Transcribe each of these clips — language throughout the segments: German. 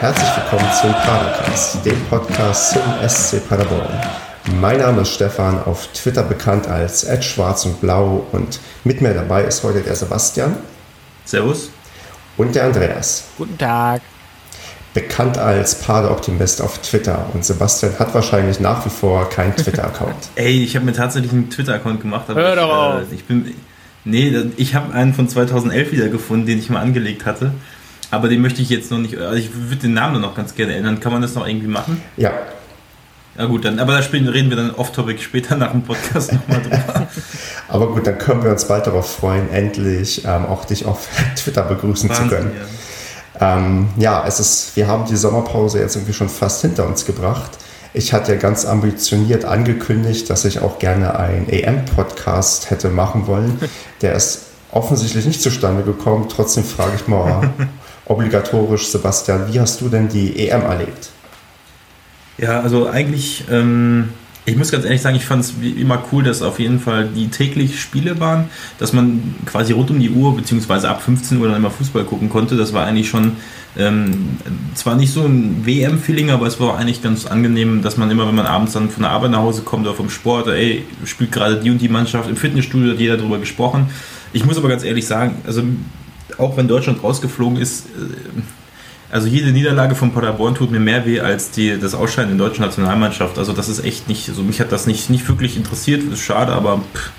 herzlich willkommen zum Padercast, dem Podcast zum SC Paderborn. Mein Name ist Stefan, auf Twitter bekannt als @schwarz und blau, und mit mir dabei ist heute der Sebastian. Servus. Und der Andreas. Guten Tag. Bekannt als Pader-Optimist auf Twitter, und Sebastian hat wahrscheinlich nach wie vor keinen Twitter-Account. Ey, ich habe mir tatsächlich einen Twitter-Account gemacht. Aber Hör doch auf. Ich habe einen von 2011 wieder gefunden, den ich mal angelegt hatte. Aber den möchte ich jetzt noch nicht, also ich würde den Namen noch ganz gerne ändern. Kann man das noch irgendwie machen? Ja. Ja gut, dann, aber da reden wir dann off-topic später nach dem Podcast nochmal drüber. Aber gut, dann können wir uns bald darauf freuen, endlich auch dich auf Twitter begrüßen Wahnsinn, zu können. Ja. Wir haben die Sommerpause jetzt irgendwie schon fast hinter uns gebracht. Ich hatte ja ganz ambitioniert angekündigt, dass ich auch gerne einen EM-Podcast hätte machen wollen. Der ist offensichtlich nicht zustande gekommen. Trotzdem frage ich mal obligatorisch, Sebastian, wie hast du denn die EM erlebt? Ja, also eigentlich, ich muss ganz ehrlich sagen, ich fand es wie immer cool, dass auf jeden Fall die täglich Spiele waren, dass man quasi rund um die Uhr, beziehungsweise ab 15 Uhr dann immer Fußball gucken konnte. Das war eigentlich schon zwar nicht so ein WM-Feeling, aber es war eigentlich ganz angenehm, dass man immer, wenn man abends dann von der Arbeit nach Hause kommt oder vom Sport, spielt gerade die und die Mannschaft, im Fitnessstudio hat jeder darüber gesprochen. Ich muss aber ganz ehrlich sagen, also auch wenn Deutschland rausgeflogen ist, also jede Niederlage von Paderborn tut mir mehr weh als das Ausscheiden in der deutschen Nationalmannschaft. Also das ist echt nicht, also mich hat das nicht wirklich interessiert, ist schade, aber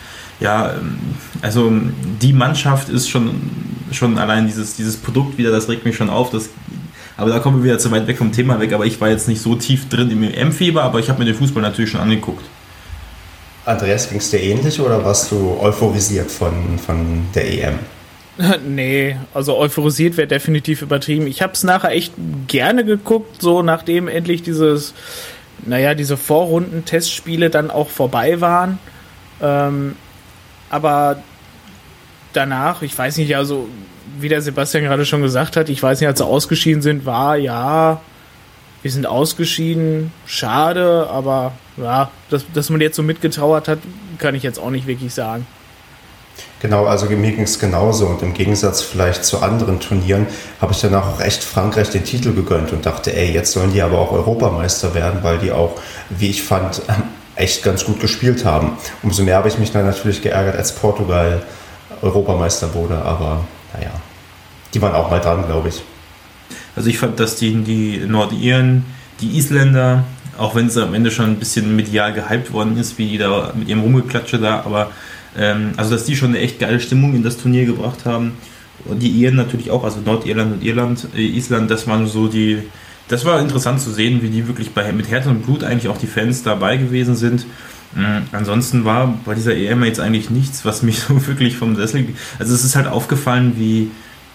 also die Mannschaft ist schon allein dieses Produkt wieder, das regt mich schon auf. Aber da kommen wir wieder zu weit weg vom Thema weg, aber ich war jetzt nicht so tief drin im EM-Fieber, aber ich habe mir den Fußball natürlich schon angeguckt. Andreas, ging es dir ähnlich oder warst du euphorisiert von der EM? Nee, also euphorisiert wäre definitiv übertrieben. Ich habe es nachher echt gerne geguckt, so nachdem endlich diese Vorrunden-Testspiele dann auch vorbei waren. Aber danach, ich weiß nicht, also wie der Sebastian gerade schon gesagt hat, ich weiß nicht, als sie ausgeschieden sind, wir sind ausgeschieden, schade, aber ja, dass man jetzt so mitgetrauert hat, kann ich jetzt auch nicht wirklich sagen. Genau, also mir ging es genauso, und im Gegensatz vielleicht zu anderen Turnieren habe ich danach auch echt Frankreich den Titel gegönnt und dachte, jetzt sollen die aber auch Europameister werden, weil die auch, wie ich fand, echt ganz gut gespielt haben. Umso mehr habe ich mich dann natürlich geärgert, als Portugal Europameister wurde, aber naja, die waren auch mal dran, glaube ich. Also ich fand, dass die Nordiren, die Isländer, auch wenn es am Ende schon ein bisschen medial gehypt worden ist, wie die da mit ihrem Rumgeklatsche da, aber also dass die schon eine echt geile Stimmung in das Turnier gebracht haben. Und die Iren natürlich auch, also Nordirland und Island, das waren so das war interessant zu sehen, wie die wirklich mit Herz und Blut eigentlich auch die Fans dabei gewesen sind. Ansonsten war bei dieser EM jetzt eigentlich nichts, was mich so wirklich vom Sessel... Also es ist halt aufgefallen, wie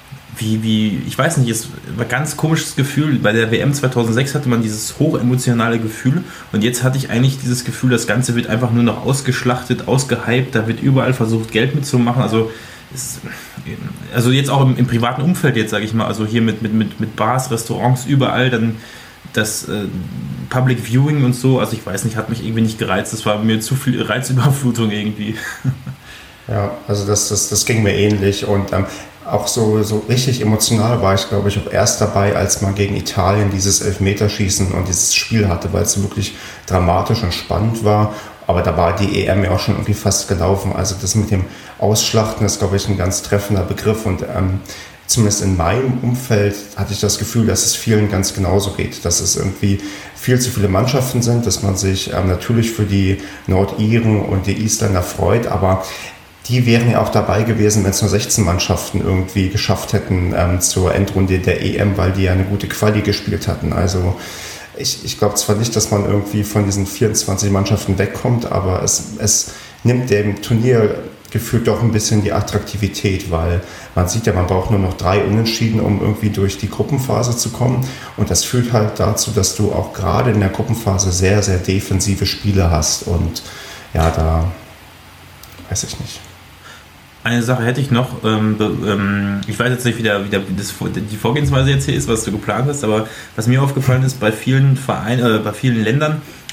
ich weiß nicht, es war ein ganz komisches Gefühl. Bei der WM 2006 hatte man dieses hochemotionale Gefühl, und jetzt hatte ich eigentlich dieses Gefühl, das Ganze wird einfach nur noch ausgeschlachtet, ausgehypt, da wird überall versucht, Geld mitzumachen. Also jetzt auch im privaten Umfeld jetzt, sage ich mal, also hier mit Bars, Restaurants, überall dann das Public Viewing und so, also ich weiß nicht, hat mich irgendwie nicht gereizt, das war mir zu viel Reizüberflutung irgendwie. Ja, also das ging mir ähnlich, und auch so richtig emotional war ich, glaube ich, auch erst dabei, als man gegen Italien dieses Elfmeterschießen und dieses Spiel hatte, weil es wirklich dramatisch und spannend war. Aber da war die EM ja auch schon irgendwie fast gelaufen. Also das mit dem Ausschlachten ist, glaube ich, ein ganz treffender Begriff. Und zumindest in meinem Umfeld hatte ich das Gefühl, dass es vielen ganz genauso geht. Dass es irgendwie viel zu viele Mannschaften sind, dass man sich natürlich für die Nordiren und die Isländer freut, aber die wären ja auch dabei gewesen, wenn es nur 16 Mannschaften irgendwie geschafft hätten zur Endrunde der EM, weil die ja eine gute Quali gespielt hatten. Also ich glaube zwar nicht, dass man irgendwie von diesen 24 Mannschaften wegkommt, aber es nimmt dem Turnier gefühlt doch ein bisschen die Attraktivität, weil man sieht ja, man braucht nur noch 3 Unentschieden, um irgendwie durch die Gruppenphase zu kommen, und das führt halt dazu, dass du auch gerade in der Gruppenphase sehr, sehr defensive Spiele hast, und ja, da weiß ich nicht. Eine Sache hätte ich noch, ich weiß jetzt nicht, wie die Vorgehensweise jetzt hier ist, was du geplant hast, aber was mir aufgefallen ist, bei vielen Ländern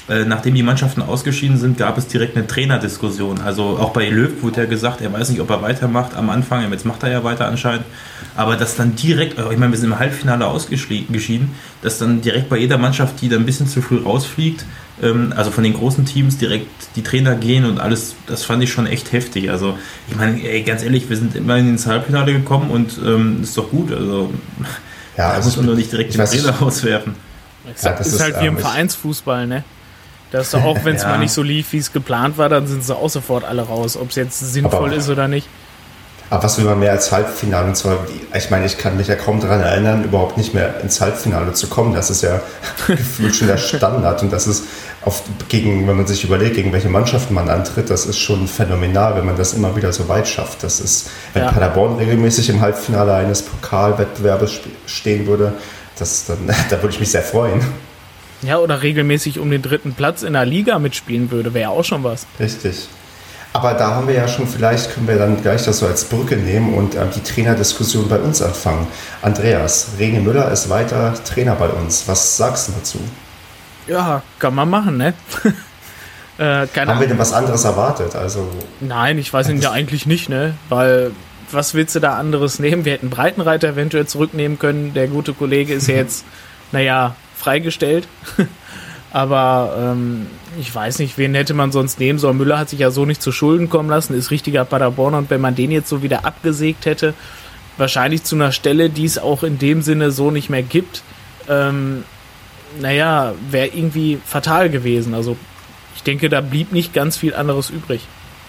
nachdem die Mannschaften ausgeschieden sind, gab es direkt eine Trainerdiskussion. Also auch bei Löw wurde ja gesagt, er weiß nicht, ob er weitermacht am Anfang. Jetzt macht er ja weiter anscheinend. Aber dass dann direkt, ich meine, wir sind im Halbfinale ausgeschieden, dass dann direkt bei jeder Mannschaft, die da ein bisschen zu früh rausfliegt, also von den großen Teams direkt die Trainer gehen und alles, das fand ich schon echt heftig. Also ich meine, ganz ehrlich, wir sind immerhin ins Halbfinale gekommen und ist doch gut. Also ja, da muss man doch nicht direkt den Trainer rauswerfen. Das ist halt wie im Vereinsfußball, ne? Dass du auch, wenn es mal nicht so lief, wie es geplant war, dann sind sie auch sofort alle raus, ob es jetzt sinnvoll ist oder nicht. Aber was will man mehr als Halbfinale? Und zwar, ich meine, ich kann mich ja kaum daran erinnern, überhaupt nicht mehr ins Halbfinale zu kommen. Das ist ja gefühlt schon der Standard. Und das ist, wenn man sich überlegt, gegen welche Mannschaften man antritt, das ist schon phänomenal, wenn man das immer wieder so weit schafft. Das ist, wenn Paderborn regelmäßig im Halbfinale eines Pokalwettbewerbes stehen würde, da würde ich mich sehr freuen. Ja, oder regelmäßig um den 3. Platz in der Liga mitspielen würde, wäre auch schon was. Richtig. Aber da haben wir ja schon, vielleicht können wir dann gleich das so als Brücke nehmen und die Trainerdiskussion bei uns anfangen. Andreas, René Müller ist weiter Trainer bei uns. Was sagst du dazu? Ja, kann man machen, ne? Haben wir denn was anderes erwartet? Also, nein, ich weiß ihn ja eigentlich nicht, ne? Weil, was willst du da anderes nehmen? Wir hätten Breitenreiter eventuell zurücknehmen können. Der gute Kollege ist ja jetzt, freigestellt. Aber ich weiß nicht, wen hätte man sonst nehmen sollen. Müller hat sich ja so nicht zu Schulden kommen lassen, ist richtiger Paderborner. Und wenn man den jetzt so wieder abgesägt hätte, wahrscheinlich zu einer Stelle, die es auch in dem Sinne so nicht mehr gibt, wäre irgendwie fatal gewesen. Also ich denke, da blieb nicht ganz viel anderes übrig.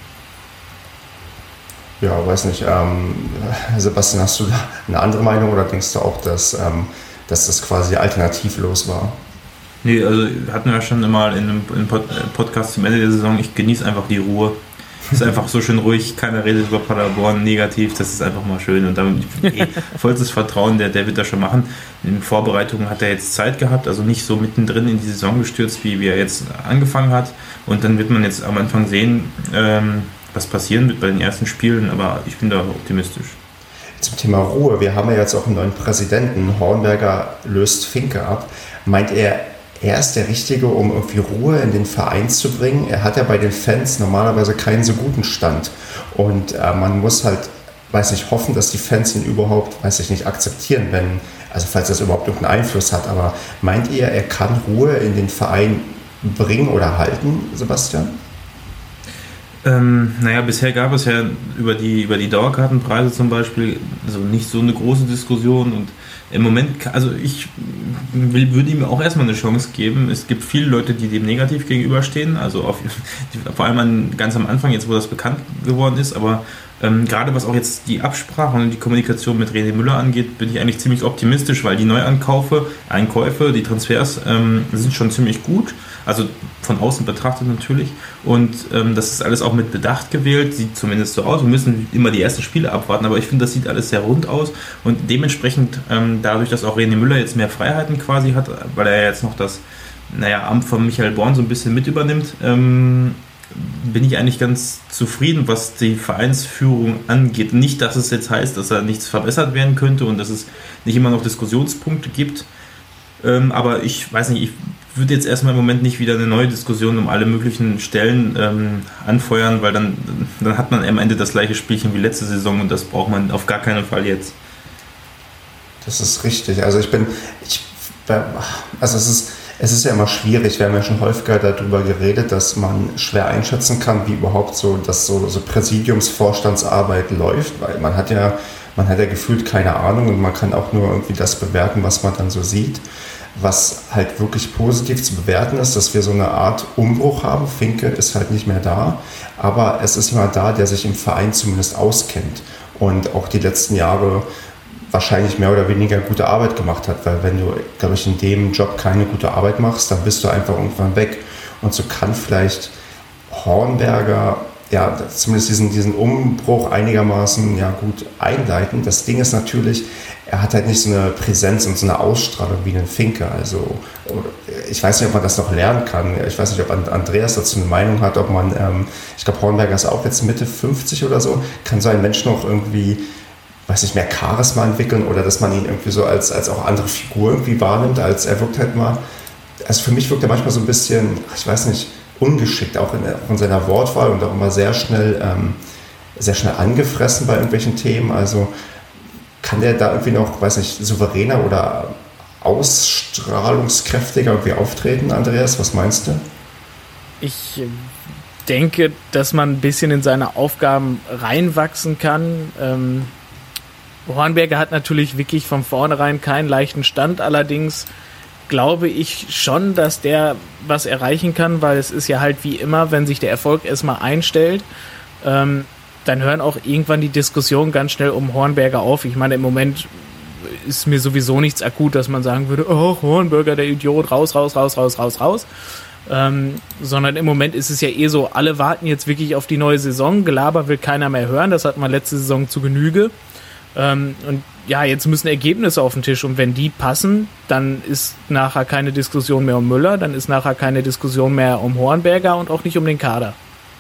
Ja, weiß nicht. Sebastian, hast du da eine andere Meinung oder denkst du auch, dass das quasi alternativlos war? Nee, also hatten wir schon mal in einem Podcast zum Ende der Saison, ich genieße einfach die Ruhe. Es ist einfach so schön ruhig, keiner redet über Paderborn negativ, das ist einfach mal schön. Und damit vollstes Vertrauen, der wird das schon machen. In Vorbereitungen hat er jetzt Zeit gehabt, also nicht so mittendrin in die Saison gestürzt, wie er jetzt angefangen hat. Und dann wird man jetzt am Anfang sehen, was passieren wird bei den ersten Spielen, aber ich bin da optimistisch. Zum Thema Ruhe, wir haben ja jetzt auch einen neuen Präsidenten, Hornberger löst Finke ab. Meint er ist der Richtige, um irgendwie Ruhe in den Verein zu bringen? Er hat ja bei den Fans normalerweise keinen so guten Stand. Und man muss halt, hoffen, dass die Fans ihn überhaupt, akzeptieren, falls das überhaupt irgendeinen Einfluss hat. Aber meint ihr, er kann Ruhe in den Verein bringen oder halten, Sebastian? Bisher gab es ja über die Dauerkartenpreise zum Beispiel also nicht so eine große Diskussion und im Moment, also ich würde ihm auch erstmal eine Chance geben. Es gibt viele Leute, die dem negativ gegenüberstehen, also vor allem ganz am Anfang, jetzt wo das bekannt geworden ist, aber gerade was auch jetzt die Absprache und die Kommunikation mit René Müller angeht, bin ich eigentlich ziemlich optimistisch, weil die Einkäufe, die Transfers sind schon ziemlich gut, also von außen betrachtet natürlich und das ist alles auch mit Bedacht gewählt, sieht zumindest so aus. Wir müssen immer die ersten Spiele abwarten, aber ich finde, das sieht alles sehr rund aus und dementsprechend dadurch, dass auch René Müller jetzt mehr Freiheiten quasi hat, weil er jetzt noch das Amt von Michael Born so ein bisschen mit übernimmt, bin ich eigentlich ganz zufrieden, was die Vereinsführung angeht. Nicht, dass es jetzt heißt, dass da nichts verbessert werden könnte und dass es nicht immer noch Diskussionspunkte gibt. Aber ich weiß nicht, ich würde jetzt erstmal im Moment nicht wieder eine neue Diskussion um alle möglichen Stellen anfeuern, weil dann hat man am Ende das gleiche Spielchen wie letzte Saison und das braucht man auf gar keinen Fall jetzt. Das ist richtig. Also es ist ja immer schwierig, wir haben ja schon häufiger darüber geredet, dass man schwer einschätzen kann, wie überhaupt so Präsidiumsvorstandsarbeit läuft, weil man hat ja gefühlt keine Ahnung und man kann auch nur irgendwie das bewerten, was man dann so sieht. Was halt wirklich positiv zu bewerten ist, dass wir so eine Art Umbruch haben. Finke ist halt nicht mehr da, aber es ist jemand da, der sich im Verein zumindest auskennt und auch die letzten Jahre wahrscheinlich mehr oder weniger gute Arbeit gemacht hat, weil wenn du, glaube ich, in dem Job keine gute Arbeit machst, dann bist du einfach irgendwann weg. Und so kann vielleicht Hornberger zumindest diesen Umbruch einigermaßen gut einleiten. Das Ding ist natürlich, er hat halt nicht so eine Präsenz und so eine Ausstrahlung wie ein Finke. Also ich weiß nicht, ob man das noch lernen kann. Ich weiß nicht, ob Andreas dazu eine Meinung hat, ob man, ich glaube, Hornberger ist auch jetzt Mitte 50 oder so, kann so ein Mensch noch irgendwie mehr Charisma entwickeln oder dass man ihn irgendwie so als auch andere Figur irgendwie wahrnimmt, als er wirkt halt mal also für mich wirkt er manchmal so ein bisschen, ich weiß nicht, ungeschickt, auch in seiner Wortwahl und auch immer sehr schnell angefressen bei irgendwelchen Themen. Also kann der da irgendwie noch, weiß nicht, souveräner oder ausstrahlungskräftiger irgendwie auftreten, Andreas? Was meinst du? Ich denke, dass man ein bisschen in seine Aufgaben reinwachsen kann. Hornberger hat natürlich wirklich von vornherein keinen leichten Stand, allerdings glaube ich schon, dass der was erreichen kann, weil es ist ja halt wie immer, wenn sich der Erfolg erstmal einstellt, dann hören auch irgendwann die Diskussionen ganz schnell um Hornberger auf. Ich meine, im Moment ist mir sowieso nichts akut, dass man sagen würde, oh, Hornberger, der Idiot, raus. Sondern im Moment ist es ja eh so, alle warten jetzt wirklich auf die neue Saison. Gelaber will keiner mehr hören, das hatten wir letzte Saison zu Genüge. Und ja, jetzt müssen Ergebnisse auf den Tisch und wenn die passen, dann ist nachher keine Diskussion mehr um Müller, dann ist nachher keine Diskussion mehr um Hornberger und auch nicht um den Kader.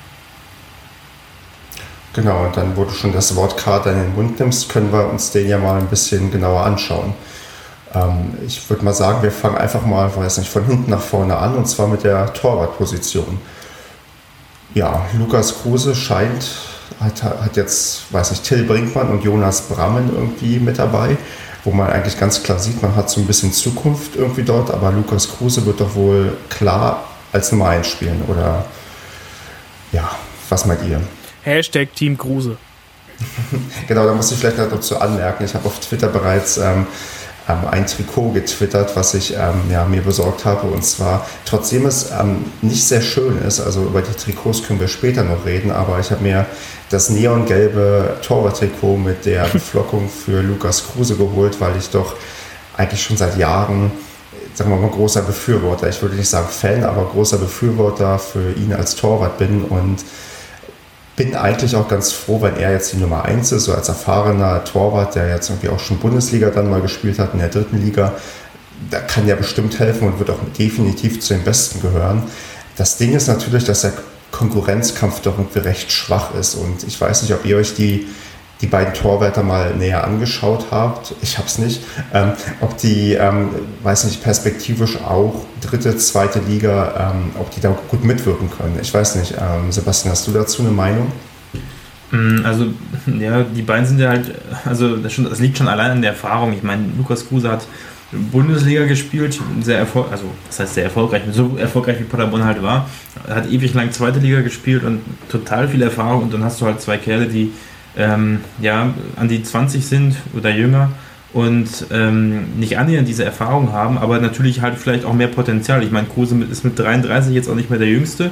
Genau, und dann, wo du schon das Wort Kader in den Mund nimmst, können wir uns den ja mal ein bisschen genauer anschauen. Ich würde mal sagen, wir fangen einfach mal, weiß nicht, von hinten nach vorne an, und zwar mit der Torwartposition. Ja, Lukas Kruse hat jetzt, weiß nicht, Till Brinkmann und Jonas Brammen irgendwie mit dabei, wo man eigentlich ganz klar sieht, man hat so ein bisschen Zukunft irgendwie dort, aber Lukas Kruse wird doch wohl klar als Nummer 1 spielen, oder ja, was meint ihr? Hashtag Team Kruse. Genau, da muss ich vielleicht noch dazu anmerken, ich habe auf Twitter bereits ein Trikot getwittert, was ich mir besorgt habe, und zwar, trotzdem es nicht sehr schön ist, also über die Trikots können wir später noch reden, aber ich habe mir das neongelbe Torwart-Trikot mit der Beflockung für Lukas Kruse geholt, weil ich doch eigentlich schon seit Jahren, sagen wir mal, großer Befürworter, ich würde nicht sagen Fan, aber großer Befürworter für ihn als Torwart bin, und bin eigentlich auch ganz froh, wenn er jetzt die Nummer 1 ist, so als erfahrener Torwart, der jetzt irgendwie auch schon Bundesliga dann mal gespielt hat, in der 3. Liga. Da kann er bestimmt helfen und wird auch definitiv zu den Besten gehören. Das Ding ist natürlich, dass der Konkurrenzkampf doch irgendwie recht schwach ist, und ich weiß nicht, ob ihr euch die beiden Torwärter mal näher angeschaut habt. Ich habe es nicht. Ob die, weiß nicht, perspektivisch auch 3., 2. Liga, ob die da gut mitwirken können. Ich weiß nicht. Sebastian, hast du dazu eine Meinung? Also, ja, die beiden sind ja halt, also das liegt schon allein an der Erfahrung. Ich meine, Lukas Kruse hat Bundesliga gespielt, also das heißt sehr erfolgreich, so erfolgreich wie Paderborn halt war. Er hat ewig lang 2. Liga gespielt und total viel Erfahrung, und dann hast du halt zwei Kerle, die an die 20 sind oder jünger und nicht annähernd diese Erfahrung haben, aber natürlich halt vielleicht auch mehr Potenzial. Ich meine, Kruse ist mit 33 jetzt auch nicht mehr der Jüngste.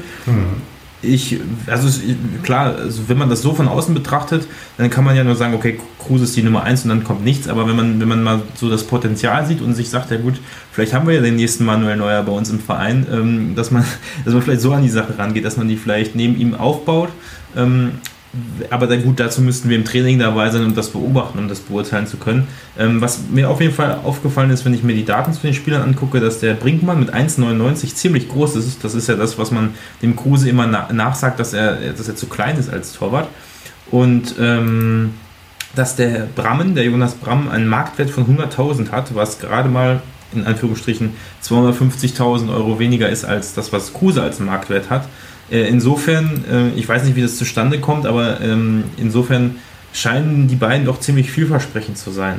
Klar, also wenn man das so von außen betrachtet, dann kann man ja nur sagen, okay, Kruse ist die Nummer 1 und dann kommt nichts, aber wenn man mal so das Potenzial sieht und sich sagt, ja gut, vielleicht haben wir ja den nächsten Manuel Neuer bei uns im Verein, dass man vielleicht so an die Sache rangeht, dass man die vielleicht neben ihm aufbaut, aber dann gut, dazu müssten wir im Training dabei sein und das beobachten, um das beurteilen zu können. Was mir auf jeden Fall aufgefallen ist, wenn ich mir die Daten zu den Spielern angucke, dass der Brinkmann mit 1,99 ziemlich groß ist. Das ist ja das, was man dem Kruse immer nachsagt, dass er zu klein ist als Torwart. Und dass der Jonas Brammen, einen Marktwert von 100.000 hat, was gerade mal in Anführungsstrichen 250.000 Euro weniger ist als das, was Kruse als Marktwert hat. Insofern, ich weiß nicht, wie das zustande kommt, aber insofern scheinen die beiden doch ziemlich vielversprechend zu sein.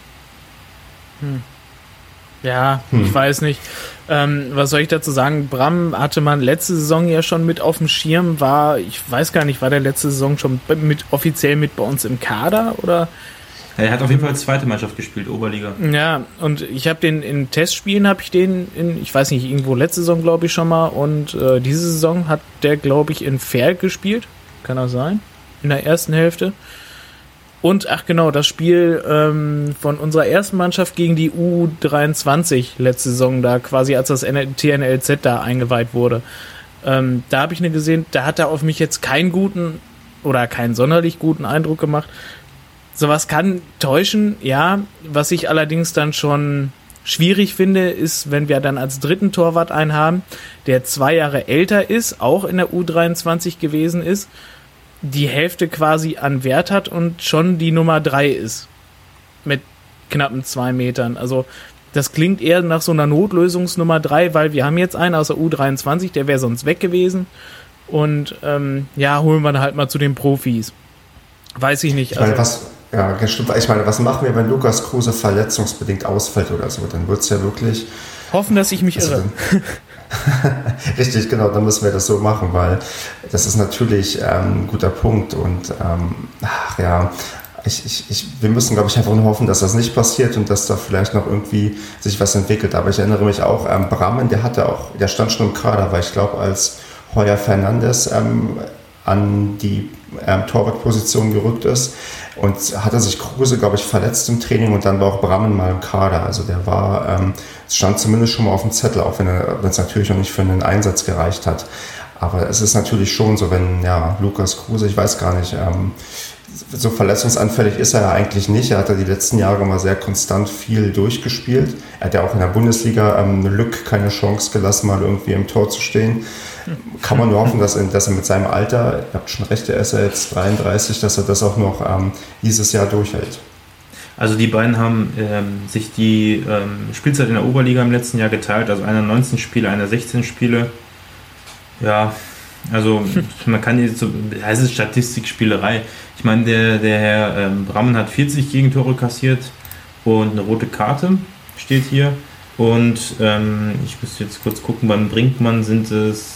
Ja, ich weiß nicht. Was soll ich dazu sagen? Bram hatte man letzte Saison ja schon mit auf dem Schirm, ich weiß gar nicht, war der letzte Saison schon offiziell mit bei uns im Kader, oder? Er hat auf jeden Fall zweite Mannschaft gespielt, Oberliga. Ja, und ich habe den in Testspielen, ich weiß nicht, irgendwo letzte Saison, glaube ich, schon mal, und diese Saison hat der, glaube ich, in Verl gespielt, kann das sein, in der ersten Hälfte. Und, ach genau, das Spiel von unserer ersten Mannschaft gegen die U23 letzte Saison, da quasi als das TNLZ da eingeweiht wurde. Da habe ich eine gesehen, da hat er auf mich jetzt keinen sonderlich guten Eindruck gemacht. Sowas kann täuschen, ja. Was ich allerdings dann schon schwierig finde, ist, wenn wir dann als dritten Torwart einen haben, der 2 Jahre älter ist, auch in der U23 gewesen ist, die Hälfte quasi an Wert hat und schon die Nummer 3 ist. Mit knappen 2 Metern. Also Das klingt eher nach so einer Notlösungsnummer 3, weil wir haben jetzt einen aus der U23, der wäre sonst weg gewesen. Und holen wir halt mal zu den Profis. Weiß ich nicht. Ich meine, was machen wir, wenn Lukas Kruse verletzungsbedingt ausfällt oder so? Dann wird es ja wirklich... Hoffen, dass ich mich irre. Richtig, genau, dann müssen wir das so machen, weil das ist natürlich ein guter Punkt und wir müssen, glaube ich, einfach nur hoffen, dass das nicht passiert und dass da vielleicht noch irgendwie sich was entwickelt. Aber ich erinnere mich auch, Brammen, der stand schon im Kader, weil ich glaube, als Heuer Fernandes an die Torwartposition gerückt ist und hatte sich Kruse, glaube ich, verletzt im Training und dann war auch Brammen mal im Kader. Also der stand zumindest schon mal auf dem Zettel, auch wenn es natürlich noch nicht für einen Einsatz gereicht hat. Aber es ist natürlich schon so, wenn Lukas Kruse, ich weiß gar nicht, so verletzungsanfällig ist er ja eigentlich nicht. Er hat ja die letzten Jahre mal sehr konstant viel durchgespielt. Er hat ja auch in der Bundesliga Lück keine Chance gelassen, mal irgendwie im Tor zu stehen. Kann man nur hoffen, dass er mit seinem Alter, ihr habt schon recht, er ist ja jetzt 33, dass er das auch noch dieses Jahr durchhält. Also die beiden haben sich die Spielzeit in der Oberliga im letzten Jahr geteilt, also einer 19 Spiele, einer 16 Spiele. Ja, also man kann jetzt so, das ist Statistikspielerei. Ich meine, der Herr Brammen hat 40 Gegentore kassiert und eine rote Karte steht hier. Und ich müsste jetzt kurz gucken, beim Brinkmann sind es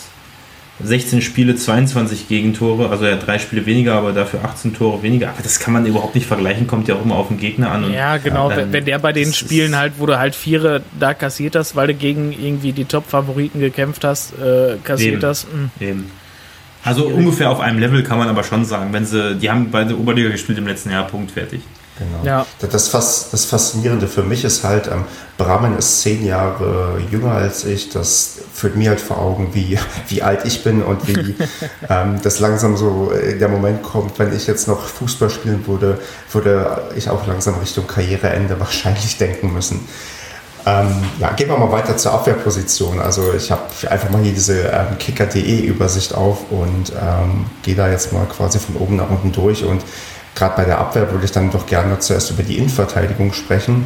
16 Spiele, 22 Gegentore, also er hat 3 Spiele weniger, aber dafür 18 Tore weniger. Aber das kann man überhaupt nicht vergleichen, kommt ja auch immer auf den Gegner an. Und, ja, genau, wenn der bei den Spielen halt, wo du halt 4 da kassiert hast, weil du gegen irgendwie die Top-Favoriten gekämpft hast, kassiert hast. Eben. Also schwierig. Ungefähr auf einem Level kann man aber schon sagen, die haben bei der Oberliga gespielt im letzten Jahr, Punkt, fertig. Genau. Ja. Das Faszinierende für mich ist halt, Brammen ist 10 Jahre jünger als ich. Das führt mir halt vor Augen, wie alt ich bin und wie das langsam so der Moment kommt, wenn ich jetzt noch Fußball spielen würde ich auch langsam Richtung Karriereende wahrscheinlich denken müssen. Gehen wir mal weiter zur Abwehrposition. Also ich habe einfach mal hier diese Kicker.de-Übersicht auf und gehe da jetzt mal quasi von oben nach unten durch und gerade bei der Abwehr würde ich dann doch gerne zuerst über die Innenverteidigung sprechen,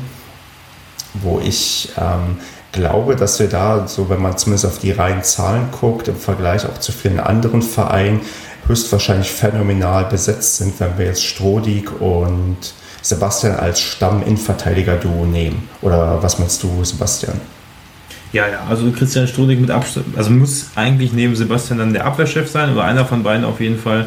wo ich glaube, dass wir da, so wenn man zumindest auf die reinen Zahlen guckt, im Vergleich auch zu vielen anderen Vereinen, höchstwahrscheinlich phänomenal besetzt sind, wenn wir jetzt Strodig und Sebastian als Stamm-Innenverteidiger-Duo nehmen. Oder was meinst du, Sebastian? Ja, also Christian Strodig mit Abstand, also muss eigentlich neben Sebastian dann der Abwehrchef sein, oder einer von beiden auf jeden Fall.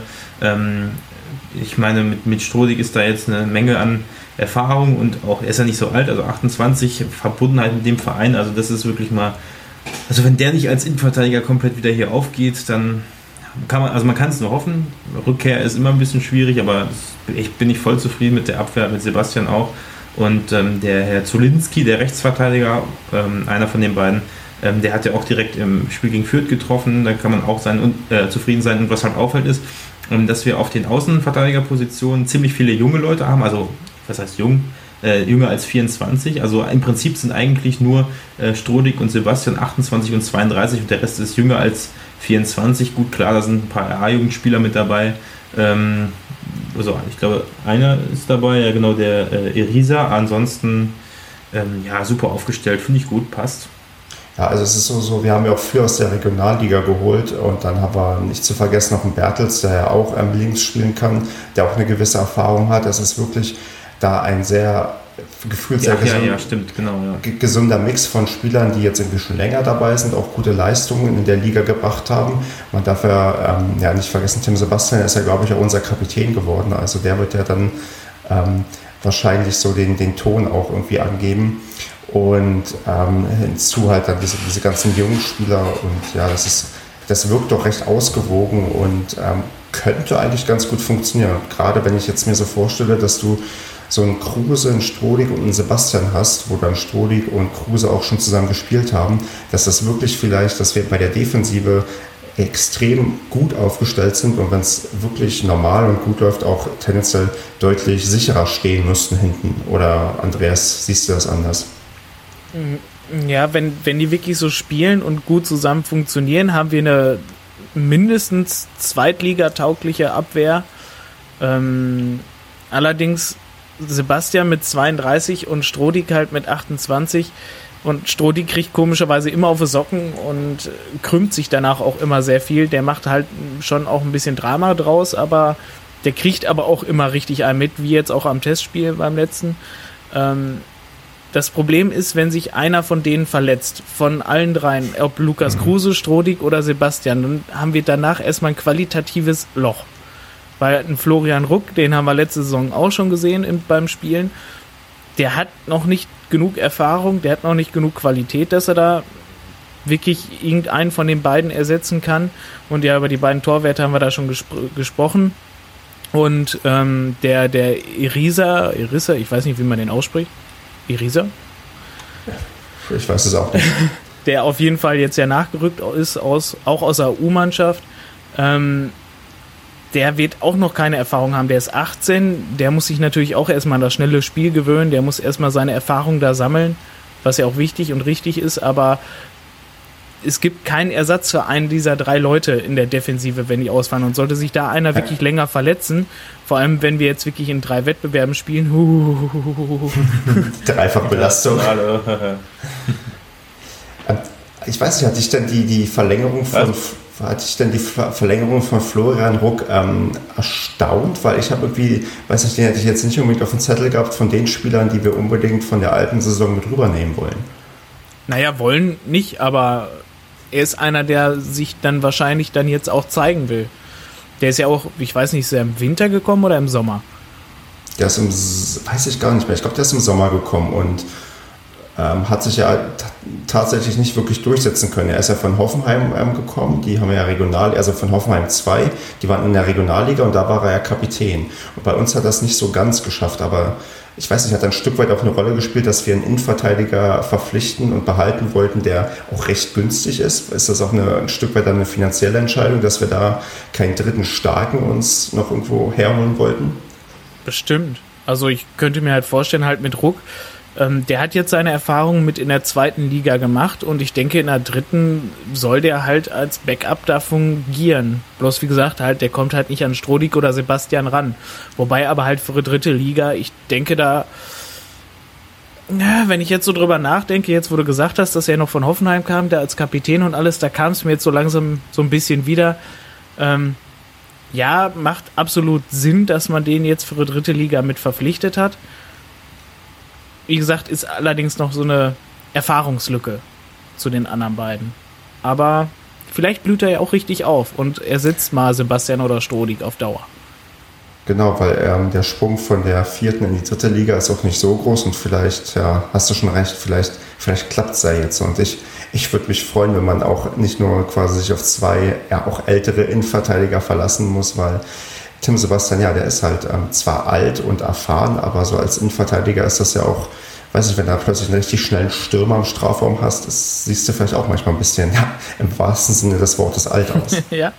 Ich meine, mit Strodig ist da jetzt eine Menge an Erfahrung und auch, er ist ja nicht so alt, also 28, Verbundenheit mit dem Verein, also das ist wirklich mal, also wenn der nicht als Innenverteidiger komplett wieder hier aufgeht, dann man kann es nur hoffen. Rückkehr ist immer ein bisschen schwierig, aber bin ich voll zufrieden mit der Abwehr, mit Sebastian auch. Und der Herr Zulinski, der Rechtsverteidiger, einer von den beiden, der hat ja auch direkt im Spiel gegen Fürth getroffen, da kann man auch zufrieden sein. Und was halt auffällt ist, dass wir auf den Außenverteidigerpositionen ziemlich viele junge Leute haben, also was heißt jung? Jünger als 24, also im Prinzip sind eigentlich nur Strodig und Sebastian 28 und 32 und der Rest ist jünger als 24. Gut, klar, da sind ein paar A-Jugendspieler mit dabei. Also ich glaube, einer ist dabei, ja genau, der Erisa. Ansonsten super aufgestellt, finde ich gut, passt. Ja, also es ist so, wir haben ja auch früher aus der Regionalliga geholt und dann haben wir nicht zu vergessen noch einen Bertels, der ja auch links spielen kann, der auch eine gewisse Erfahrung hat. Es ist wirklich da ein sehr gesunder Mix von Spielern, die jetzt irgendwie schon länger dabei sind, auch gute Leistungen in der Liga gebracht haben. Man darf nicht vergessen, Tim Sebastian ist ja, glaube ich, auch unser Kapitän geworden. Also der wird ja dann wahrscheinlich so den Ton auch irgendwie angeben. Und hinzu halt dann diese ganzen jungen Spieler und ja, das wirkt doch recht ausgewogen und könnte eigentlich ganz gut funktionieren. Gerade wenn ich jetzt mir so vorstelle, dass du so einen Kruse, einen Strodig und einen Sebastian hast, wo dann Strodig und Kruse auch schon zusammen gespielt haben, dass das wirklich vielleicht, dass wir bei der Defensive extrem gut aufgestellt sind und wenn es wirklich normal und gut läuft, auch tendenziell deutlich sicherer stehen müssten hinten. Oder Andreas, siehst du das anders? Ja, wenn die wirklich so spielen und gut zusammen funktionieren, haben wir eine mindestens zweitligataugliche Abwehr. Allerdings Sebastian mit 32 und Strodig halt mit 28. Und Strodig kriegt komischerweise immer auf die Socken und krümmt sich danach auch immer sehr viel. Der macht halt schon auch ein bisschen Drama draus, aber der kriegt aber auch immer richtig einen mit, wie jetzt auch am Testspiel beim letzten. Das Problem ist, wenn sich einer von denen verletzt, von allen dreien, ob Lukas Kruse, Strodig oder Sebastian, dann haben wir danach erstmal ein qualitatives Loch. Weil ein Florian Ruck, den haben wir letzte Saison auch schon gesehen beim Spielen, der hat noch nicht genug Erfahrung, der hat noch nicht genug Qualität, dass er da wirklich irgendeinen von den beiden ersetzen kann. Und ja, über die beiden Torwerte haben wir da schon gesprochen. Und der Irisa, ich weiß nicht, wie man den ausspricht. Irisa? Ich weiß es auch nicht. Der auf jeden Fall jetzt ja nachgerückt ist, auch aus der U-Mannschaft. Der wird auch noch keine Erfahrung haben. Der ist 18, der muss sich natürlich auch erstmal an das schnelle Spiel gewöhnen, der muss erstmal seine Erfahrung da sammeln, was ja auch wichtig und richtig ist, aber es gibt keinen Ersatz für einen dieser drei Leute in der Defensive, wenn die ausfallen. Und sollte sich da einer wirklich länger verletzen, vor allem wenn wir jetzt wirklich in 3 Wettbewerben spielen, Dreifachbelastung. Ich weiß nicht, hatte ich denn die Verlängerung von Florian Ruck erstaunt, weil ich habe irgendwie, weiß nicht, den hätte ich jetzt nicht unbedingt auf dem Zettel gehabt von den Spielern, die wir unbedingt von der alten Saison mit rübernehmen wollen. Naja, wollen nicht, aber er ist einer, der sich dann wahrscheinlich dann jetzt auch zeigen will. Der ist ja auch, ich weiß nicht, ist er im Winter gekommen oder im Sommer? Der ist weiß ich gar nicht mehr, ich glaube, der ist im Sommer gekommen und hat sich ja tatsächlich nicht wirklich durchsetzen können. Er ist ja von Hoffenheim gekommen, die haben ja also von Hoffenheim 2, die waren in der Regionalliga und da war er ja Kapitän. Und bei uns hat er das nicht so ganz geschafft, aber ich weiß nicht, hat ein Stück weit auch eine Rolle gespielt, dass wir einen Innenverteidiger verpflichten und behalten wollten, der auch recht günstig ist. Ist das auch ein Stück weit eine finanzielle Entscheidung, dass wir da keinen dritten Starken uns noch irgendwo herholen wollten? Bestimmt. Also ich könnte mir halt vorstellen, halt mit Ruck, der hat jetzt seine Erfahrungen mit in der 2. Liga gemacht und ich denke, in der 3. soll der halt als Backup da fungieren. Bloß wie gesagt, halt, der kommt halt nicht an Strodig oder Sebastian ran. Wobei aber halt für die 3. Liga, ich denke da, ja, wenn ich jetzt so drüber nachdenke, jetzt wo du gesagt hast, dass er noch von Hoffenheim kam, der als Kapitän und alles, da kam es mir jetzt so langsam so ein bisschen wieder. Ja, macht absolut Sinn, dass man den jetzt für die 3. Liga mit verpflichtet hat. Wie gesagt, ist allerdings noch so eine Erfahrungslücke zu den anderen beiden. Aber vielleicht blüht er ja auch richtig auf und ersetzt mal Sebastian oder Strodig auf Dauer. Genau, weil der Sprung von der 4. in die 3. Liga ist auch nicht so groß und vielleicht, ja, hast du schon recht, vielleicht klappt es ja jetzt. Und ich würde mich freuen, wenn man auch nicht nur quasi sich auf 2 ja auch ältere Innenverteidiger verlassen muss, weil Tim Sebastian, ja, der ist halt zwar alt und erfahren, aber so als Innenverteidiger ist das ja auch, weiß ich, wenn du plötzlich einen richtig schnellen Stürmer im Strafraum hast, das siehst du vielleicht auch manchmal ein bisschen, ja, im wahrsten Sinne des Wortes alt aus. Ja.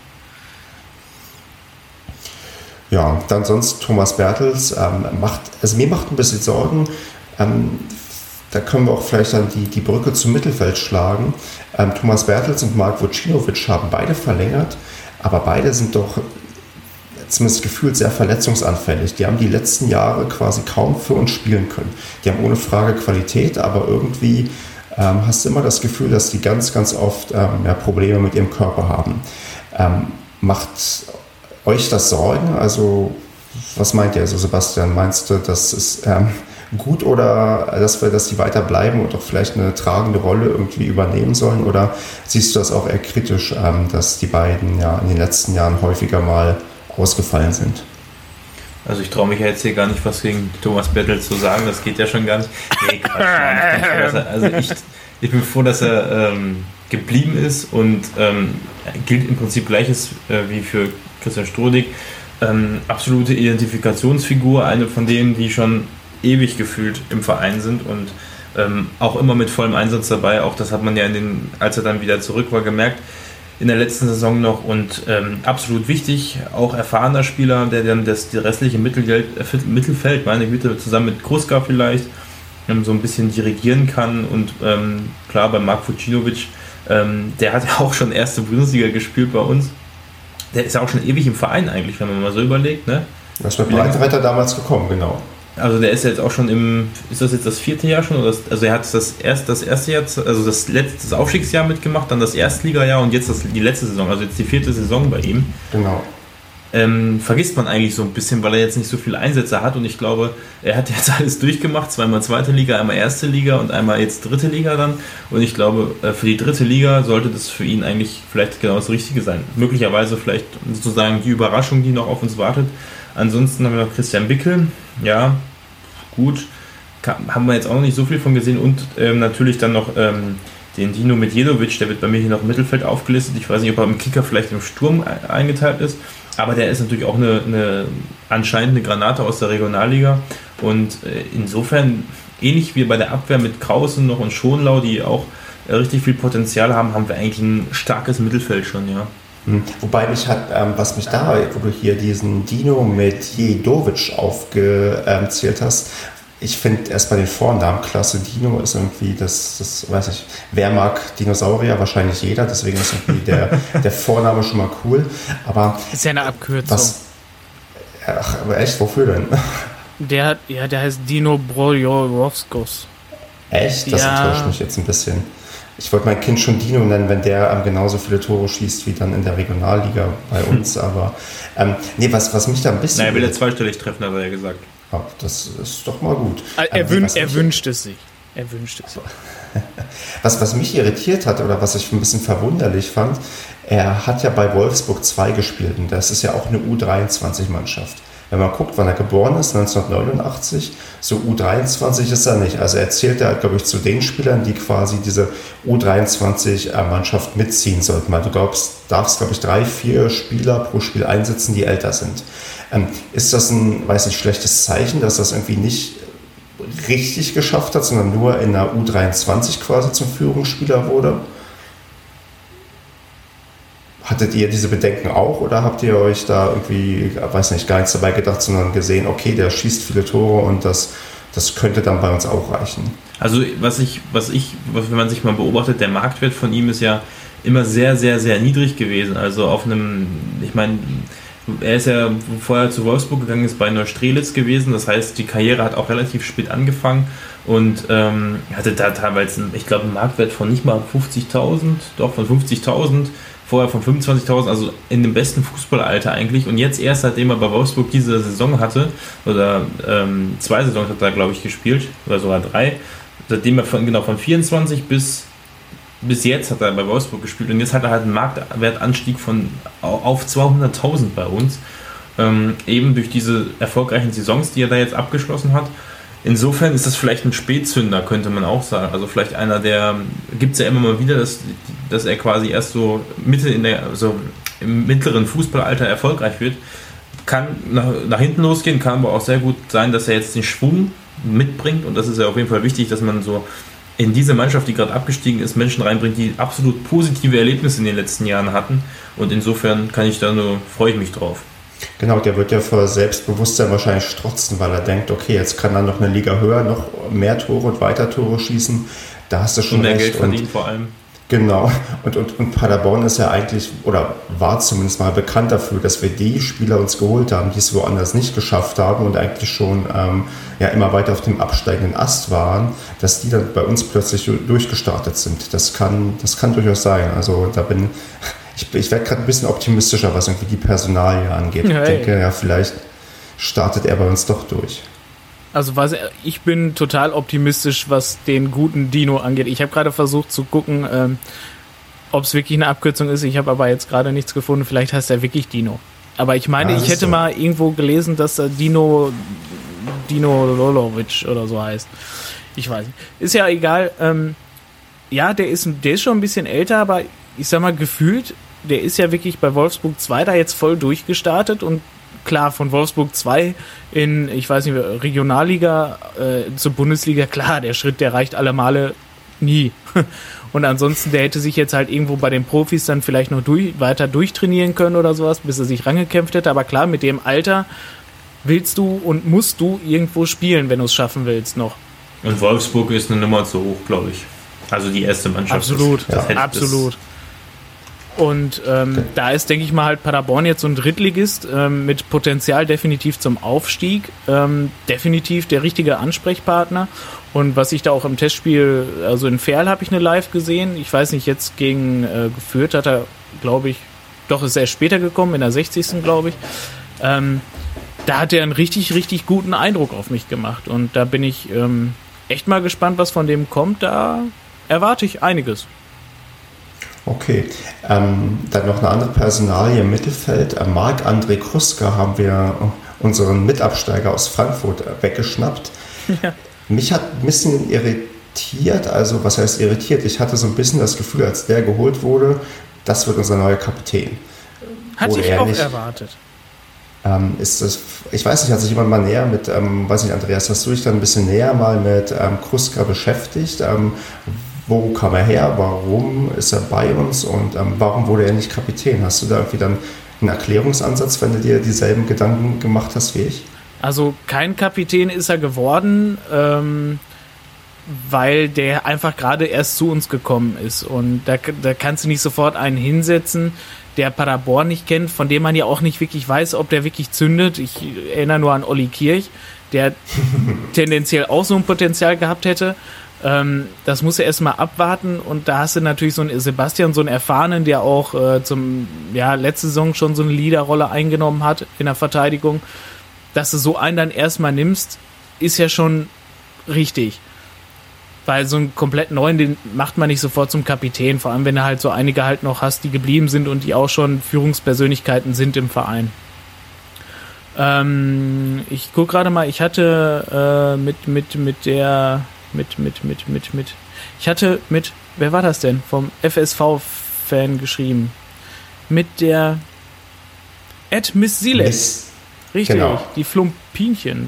Ja, dann sonst Thomas Bertels mir macht ein bisschen Sorgen, da können wir auch vielleicht dann die Brücke zum Mittelfeld schlagen. Thomas Bertels und Mark Vucinovic haben beide verlängert, aber beide sind doch zumindest gefühlt sehr verletzungsanfällig. Die haben die letzten Jahre quasi kaum für uns spielen können. Die haben ohne Frage Qualität, aber irgendwie hast du immer das Gefühl, dass die ganz, ganz oft Probleme mit ihrem Körper haben. Macht euch das Sorgen? Also was meint ihr? Also Sebastian, meinst du, das ist gut oder dass die weiter bleiben und auch vielleicht eine tragende Rolle irgendwie übernehmen sollen? Oder siehst du das auch eher kritisch, dass die beiden ja in den letzten Jahren häufiger mal ausgefallen sind? Also ich traue mich ja jetzt hier gar nicht was gegen Thomas Bertels zu sagen, das geht ja schon gar nicht. Nee, Quatsch. Ich bin froh, dass er geblieben ist und gilt im Prinzip Gleiches wie für Christian Strodig. Absolute Identifikationsfigur, eine von denen, die schon ewig gefühlt im Verein sind und auch immer mit vollem Einsatz dabei. Auch das hat man ja als er dann wieder zurück war, gemerkt. In der letzten Saison noch und absolut wichtig, auch erfahrener Spieler, der dann die restliche Mittelfeld, meine Güte, zusammen mit Kruska vielleicht so ein bisschen dirigieren kann und klar, bei Mark Vucinovic, der hat ja auch schon erste Bundesliga gespielt bei uns, der ist ja auch schon ewig im Verein eigentlich, wenn man mal so überlegt, ne? Das ist mit Breitenreiter damals gekommen, genau. also der ist ja jetzt auch schon ist das jetzt das 4. Jahr schon? Oder also er hat das erste Jahr, also das Aufstiegsjahr mitgemacht, dann das Erstligajahr und jetzt die letzte Saison, also jetzt die 4. Saison bei ihm. Genau. Vergisst man eigentlich so ein bisschen, weil er jetzt nicht so viele Einsätze hat und ich glaube, er hat jetzt alles durchgemacht, zweimal 2. Liga, einmal 1. Liga und einmal jetzt 3. Liga dann und ich glaube, für die 3. Liga sollte das für ihn eigentlich vielleicht genau das Richtige sein. Möglicherweise vielleicht sozusagen die Überraschung, die noch auf uns wartet. Ansonsten haben wir noch Christian Bickel, ja, gut, haben wir jetzt auch noch nicht so viel von gesehen und natürlich dann noch den Dino Medjedovic, der wird bei mir hier noch im Mittelfeld aufgelistet, ich weiß nicht, ob er im Kicker vielleicht im Sturm eingeteilt ist, aber der ist natürlich auch anscheinend eine Granate aus der Regionalliga und insofern, ähnlich wie bei der Abwehr mit Krausen noch und Schonlau, die auch richtig viel Potenzial haben, haben wir eigentlich ein starkes Mittelfeld schon, ja. Wobei was mich da, wo du hier diesen Dino Medjedovic aufgezählt hast, ich finde erstmal den Vornamen klasse. Dino ist irgendwie, das weiß ich, wer mag Dinosaurier? Wahrscheinlich jeder, deswegen ist irgendwie der Vorname schon mal cool. Aber ist ja eine Abkürzung. Ach, aber echt, wofür denn? Der heißt Dino Brojowskos. Echt? Das enttäuscht mich jetzt ein bisschen. Ich wollte mein Kind schon Dino nennen, wenn der genauso viele Tore schießt wie dann in der Regionalliga bei uns. Aber was mich da ein bisschen... Nein, er will ja zweistellig treffen, hat er ja gesagt. Ja, das ist doch mal gut. Er wünscht es sich. Er wünscht es sich. Was mich irritiert hat oder was ich ein bisschen verwunderlich fand, er hat ja bei Wolfsburg 2 gespielt und das ist ja auch eine U23-Mannschaft. Wenn man guckt, wann er geboren ist, 1989, so U23 ist er nicht. Also er zählt da, glaube ich, zu den Spielern, die quasi diese U23-Mannschaft mitziehen sollten. Weil du darfst, glaube ich, 3-4 Spieler pro Spiel einsetzen, die älter sind. Ist das ein, schlechtes Zeichen, dass das irgendwie nicht richtig geschafft hat, sondern nur in der U23 quasi zum Führungsspieler wurde? Hattet ihr diese Bedenken auch oder habt ihr euch da irgendwie, gar nichts dabei gedacht, sondern gesehen, okay, der schießt viele Tore und das könnte dann bei uns auch reichen? Also wenn man sich mal beobachtet, der Marktwert von ihm ist ja immer sehr, sehr, sehr niedrig gewesen. Also er ist ja vorher zu Wolfsburg gegangen, ist bei Neustrelitz gewesen, das heißt, die Karriere hat auch relativ spät angefangen und hatte da teilweise, ich glaube, einen Marktwert von nicht mal 50.000, doch von 50.000, vorher von 25.000, also in dem besten Fußballalter eigentlich und jetzt erst, seitdem er bei Wolfsburg diese Saison hatte, oder 2 Saisons hat er, glaube ich, gespielt, oder sogar 3, seitdem er von 24 bis jetzt hat er bei Wolfsburg gespielt und jetzt hat er halt einen Marktwertanstieg auf 200.000 bei uns, eben durch diese erfolgreichen Saisons, die er da jetzt abgeschlossen hat. Insofern ist das vielleicht ein Spätzünder, könnte man auch sagen. Also vielleicht einer, gibt es ja immer mal wieder, dass er quasi erst so im mittleren Fußballalter erfolgreich wird. Kann nach hinten losgehen, kann aber auch sehr gut sein, dass er jetzt den Schwung mitbringt und das ist ja auf jeden Fall wichtig, dass man so in diese Mannschaft, die gerade abgestiegen ist, Menschen reinbringt, die absolut positive Erlebnisse in den letzten Jahren hatten und insofern freue ich mich drauf. Genau, der wird ja vor Selbstbewusstsein wahrscheinlich strotzen, weil er denkt, okay, jetzt kann er noch eine Liga höher, noch mehr Tore und weiter Tore schießen. Da hast du schon und mehr recht. Geld verdienen vor allem. Genau. Und Paderborn ist ja eigentlich, oder war zumindest mal bekannt dafür, dass wir die Spieler uns geholt haben, die es woanders nicht geschafft haben und eigentlich schon immer weiter auf dem absteigenden Ast waren, dass die dann bei uns plötzlich durchgestartet sind. Das kann durchaus sein. Also ich werde gerade ein bisschen optimistischer, was irgendwie die Personalie angeht. Hey. Ich denke, vielleicht startet er bei uns doch durch. Also ich bin total optimistisch, was den guten Dino angeht. Ich habe gerade versucht zu gucken, ob es wirklich eine Abkürzung ist. Ich habe aber jetzt gerade nichts gefunden. Vielleicht heißt er wirklich Dino. Aber ich meine, ich hätte mal irgendwo gelesen, dass er Dino Lolovic oder so heißt. Ich weiß nicht. Ist ja egal. Der ist schon ein bisschen älter, aber ich sag mal, gefühlt, der ist ja wirklich bei Wolfsburg 2 da jetzt voll durchgestartet und klar, von Wolfsburg 2 in, ich weiß nicht, Regionalliga zur Bundesliga, klar, der Schritt, der reicht alle Male nie. Und ansonsten, der hätte sich jetzt halt irgendwo bei den Profis dann vielleicht noch weiter durchtrainieren können oder sowas, bis er sich rangekämpft hätte. Aber klar, mit dem Alter willst du und musst du irgendwo spielen, wenn du es schaffen willst noch. Und Wolfsburg ist eine Nummer zu hoch, glaube ich. Also die erste Mannschaft. Absolut, absolut. Und da ist, denke ich mal, halt Paderborn jetzt so ein Drittligist mit Potenzial definitiv zum Aufstieg. Definitiv der richtige Ansprechpartner. Und was ich da auch im Testspiel, also in Verl habe ich eine Live gesehen. Ich weiß nicht, jetzt gegen Fürth hat er, glaube ich, doch ist er später gekommen, in der 60. glaube ich. Da hat er einen richtig, richtig guten Eindruck auf mich gemacht. Und da bin ich echt mal gespannt, was von dem kommt. Da erwarte ich einiges. Okay, dann noch eine andere Personalie im Mittelfeld. Marc-André Kruska haben wir unseren Mitabsteiger aus Frankfurt weggeschnappt. Ja. Mich hat ein bisschen irritiert, also was heißt irritiert? Ich hatte so ein bisschen das Gefühl, als der geholt wurde, das wird unser neuer Kapitän. Hatte ich auch erwartet. Ist das, ich weiß nicht, hat sich jemand mal näher mit, weiß nicht, Andreas, hast du dich dann ein bisschen näher mal mit Kruska beschäftigt? Wo kam er her? Warum ist er bei uns? Und warum wurde er nicht Kapitän? Hast du da irgendwie dann einen Erklärungsansatz, wenn du dir dieselben Gedanken gemacht hast wie ich? Also kein Kapitän ist er geworden, weil der einfach gerade erst zu uns gekommen ist. Und da kannst du nicht sofort einen hinsetzen, der Paderborn nicht kennt, von dem man ja auch nicht wirklich weiß, ob der wirklich zündet. Ich erinnere nur an Olli Kirch, der tendenziell auch so ein Potenzial gehabt hätte. Das muss er erstmal abwarten, und da hast du natürlich so einen Sebastian, so einen Erfahrenen, der auch letzte Saison schon so eine Leaderrolle eingenommen hat in der Verteidigung. Dass du so einen dann erstmal nimmst, ist ja schon richtig. Weil so einen komplett neuen, den macht man nicht sofort zum Kapitän, vor allem wenn du halt so einige halt noch hast, die geblieben sind und die auch schon Führungspersönlichkeiten sind im Verein. Ich gucke gerade mal, ich hatte wer war das denn? Vom FSV-Fan geschrieben. Mit der Miss Silek. Richtig, genau. Die Flumpinchen.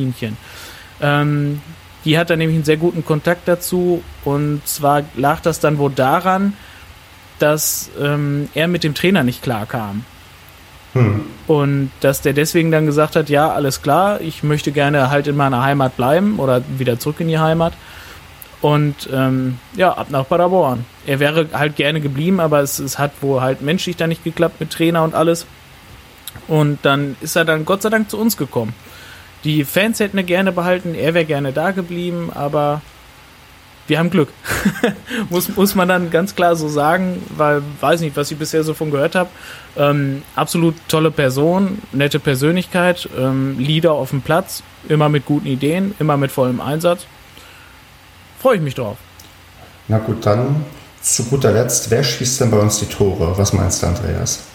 Die hat da nämlich einen sehr guten Kontakt dazu, und zwar lag das dann wohl daran, dass er mit dem Trainer nicht klar kam. Und dass der deswegen dann gesagt hat, ja, alles klar, ich möchte gerne halt in meiner Heimat bleiben oder wieder zurück in die Heimat. Und ab nach Paderborn. Er wäre halt gerne geblieben, aber es hat wohl halt menschlich dann nicht geklappt mit Trainer und alles. Und dann ist er dann Gott sei Dank zu uns gekommen. Die Fans hätten ihn gerne behalten, er wäre gerne da geblieben, aber wir haben Glück. muss man dann ganz klar so sagen, weil, weiß nicht, was ich bisher so von gehört habe. Absolut tolle Person, nette Persönlichkeit, Leader auf dem Platz, immer mit guten Ideen, immer mit vollem Einsatz. Freue ich mich drauf. Na gut, dann zu guter Letzt, wer schießt denn bei uns die Tore? Was meinst du, Andreas?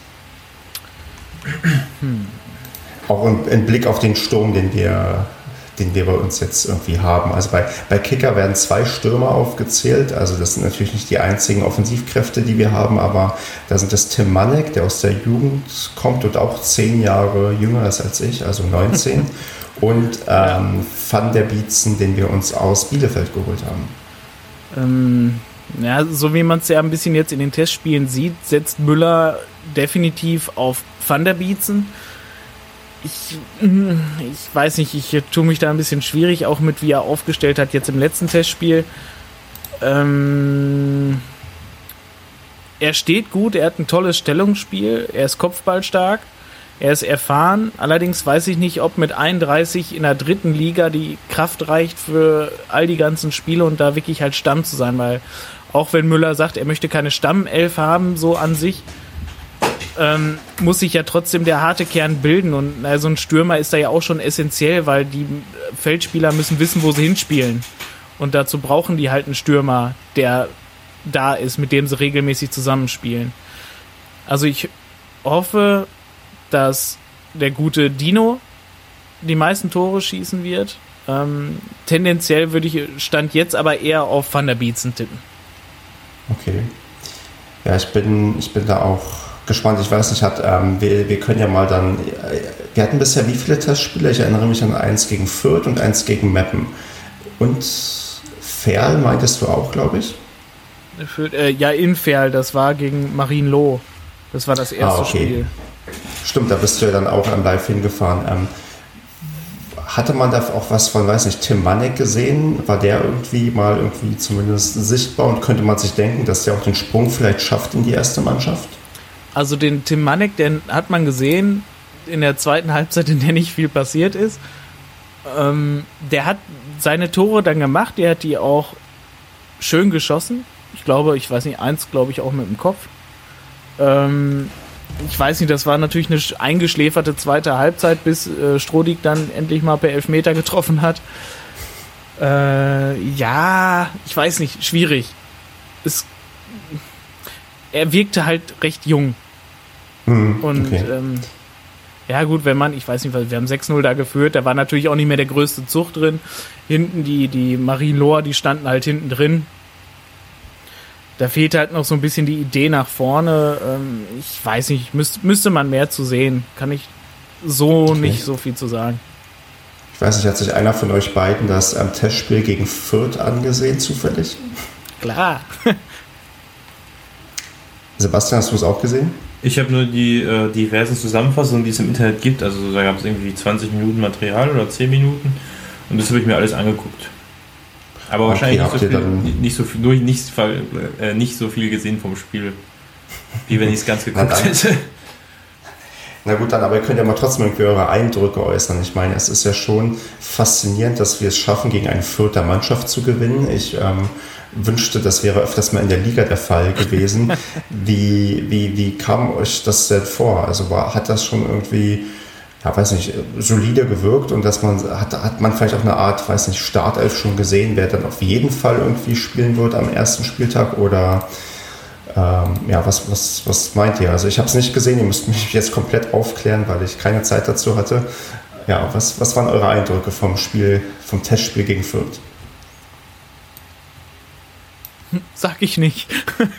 Auch im Blick auf den Sturm, den wir bei uns jetzt irgendwie haben. Also bei Kicker werden 2 Stürmer aufgezählt. Also das sind natürlich nicht die einzigen Offensivkräfte, die wir haben, aber da sind das Tim Manek, der aus der Jugend kommt und auch 10 Jahre jünger ist als ich, also 19. Und Van der Bietzen, den wir uns aus Bielefeld geholt haben. So wie man es ja ein bisschen jetzt in den Testspielen sieht, setzt Müller definitiv auf Van der Bietzen. Ich weiß nicht, ich tue mich da ein bisschen schwierig, auch mit wie er aufgestellt hat jetzt im letzten Testspiel. Er steht gut, er hat ein tolles Stellungsspiel, er ist kopfballstark, er ist erfahren. Allerdings weiß ich nicht, ob mit 31 in der 3. Liga die Kraft reicht für all die ganzen Spiele und da wirklich halt Stamm zu sein, weil auch wenn Müller sagt, er möchte keine Stammelf haben, so an sich, muss sich ja trotzdem der harte Kern bilden, und so ein Stürmer ist da ja auch schon essentiell, weil die Feldspieler müssen wissen, wo sie hinspielen, und dazu brauchen die halt einen Stürmer, der da ist, mit dem sie regelmäßig zusammenspielen. Also ich hoffe, dass der gute Dino die meisten Tore schießen wird. Tendenziell würde ich Stand jetzt aber eher auf Van der Bietzen tippen. Okay. Ja, ich bin da auch gespannt. Ich weiß nicht, wir können ja mal dann, wir hatten bisher wie viele Testspiele? Ich erinnere mich an 1 gegen Fürth und 1 gegen Meppen. Und Verl meintest du auch, glaube ich? Ja, in Verl, das war gegen Marienloh. Das war das erste Spiel. Stimmt, da bist du ja dann auch live hingefahren. Hatte man da auch was von, weiß nicht, Tim Manek gesehen? War der irgendwie zumindest sichtbar, und könnte man sich denken, dass der auch den Sprung vielleicht schafft in die erste Mannschaft? Also den Tim Manek, den hat man gesehen in der zweiten Halbzeit, in der nicht viel passiert ist. Der hat seine Tore dann gemacht, der hat die auch schön geschossen. Ich weiß nicht, 1 glaube ich auch mit dem Kopf. Ich weiß nicht, das war natürlich eine eingeschläferte zweite Halbzeit, bis Strodig dann endlich mal per Elfmeter getroffen hat. Ja, ich weiß nicht, schwierig. Er wirkte halt recht jung. Und okay. Ja gut, ich weiß nicht, wir haben 6-0 da geführt, da war natürlich auch nicht mehr der größte Zug drin. Hinten die Marienlohr, die standen halt hinten drin. Da fehlt halt noch so ein bisschen die Idee nach vorne. Ich weiß nicht, müsste man mehr zu sehen. Kann ich nicht so viel zu sagen. Ich weiß nicht, hat sich einer von euch beiden das Testspiel gegen Fürth angesehen, zufällig? Klar. Sebastian, hast du es auch gesehen? Ich habe nur die diversen Zusammenfassungen, die es im Internet gibt. Also da gab es irgendwie 20 Minuten Material oder 10 Minuten. Und das habe ich mir alles angeguckt. Aber wahrscheinlich nicht so viel gesehen vom Spiel, wie wenn ich es ganz geguckt hätte. Na gut, dann, aber ihr könnt ja mal trotzdem irgendwie eure Eindrücke äußern. Ich meine, es ist ja schon faszinierend, dass wir es schaffen, gegen eine Fürther Mannschaft zu gewinnen. Ich wünschte, das wäre öfters mal in der Liga der Fall gewesen. Wie kam euch das denn vor? Also hat das schon irgendwie, ja, weiß nicht, solide gewirkt und dass hat man vielleicht auch eine Art, weiß nicht, Startelf schon gesehen, wer dann auf jeden Fall irgendwie spielen wird am ersten Spieltag oder ja, was meint ihr? Also ich habe es nicht gesehen, ihr müsst mich jetzt komplett aufklären, weil ich keine Zeit dazu hatte. Ja, was waren eure Eindrücke vom Testspiel gegen Fürth? Sag ich nicht.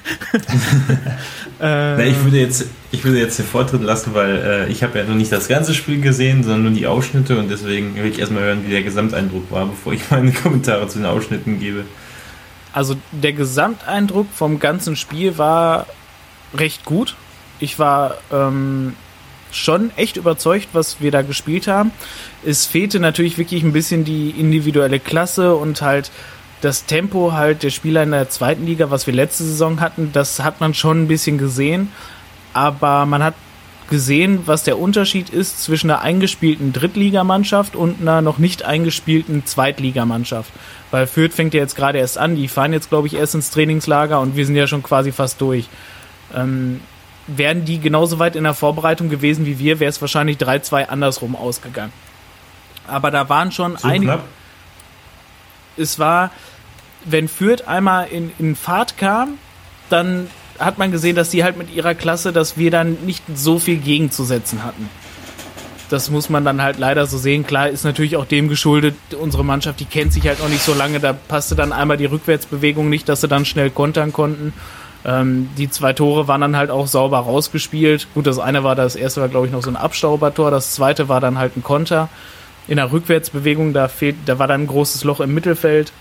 Ich würde jetzt den Vortritt lassen, weil ich habe ja noch nicht das ganze Spiel gesehen, sondern nur die Ausschnitte und deswegen will ich erstmal hören, wie der Gesamteindruck war, bevor ich meine Kommentare zu den Ausschnitten gebe. Also der Gesamteindruck vom ganzen Spiel war recht gut. Ich war schon echt überzeugt, was wir da gespielt haben. Es fehlte natürlich wirklich ein bisschen die individuelle Klasse und halt das Tempo halt der Spieler in der zweiten Liga, was wir letzte Saison hatten, das hat man schon ein bisschen gesehen. Aber man hat gesehen, was der Unterschied ist zwischen einer eingespielten Drittligamannschaft und einer noch nicht eingespielten Zweitligamannschaft. Weil Fürth fängt ja jetzt gerade erst an, die fahren jetzt, glaube ich, erst ins Trainingslager und wir sind ja schon quasi fast durch. Wären die genauso weit in der Vorbereitung gewesen wie wir, wäre es wahrscheinlich 3-2 andersrum ausgegangen. Aber da waren schon einige... Knapp. Es war, wenn Fürth einmal in Fahrt kam, dann hat man gesehen, dass die halt mit ihrer Klasse, dass wir dann nicht so viel gegenzusetzen hatten. Das muss man dann halt leider so sehen. Klar, ist natürlich auch dem geschuldet, unsere Mannschaft, die kennt sich halt noch nicht so lange, da passte dann einmal die Rückwärtsbewegung nicht, dass sie dann schnell kontern konnten. Die 2 Tore waren dann halt auch sauber rausgespielt. Gut, das erste war, glaube ich, noch so ein Abstaubertor, das zweite war dann halt ein Konter. In der Rückwärtsbewegung, da war dann ein großes Loch im Mittelfeld.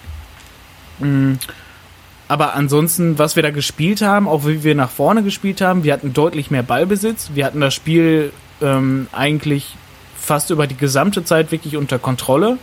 Aber ansonsten, was wir da gespielt haben, auch wie wir nach vorne gespielt haben, wir hatten deutlich mehr Ballbesitz. Wir hatten das Spiel eigentlich fast über die gesamte Zeit wirklich unter Kontrolle.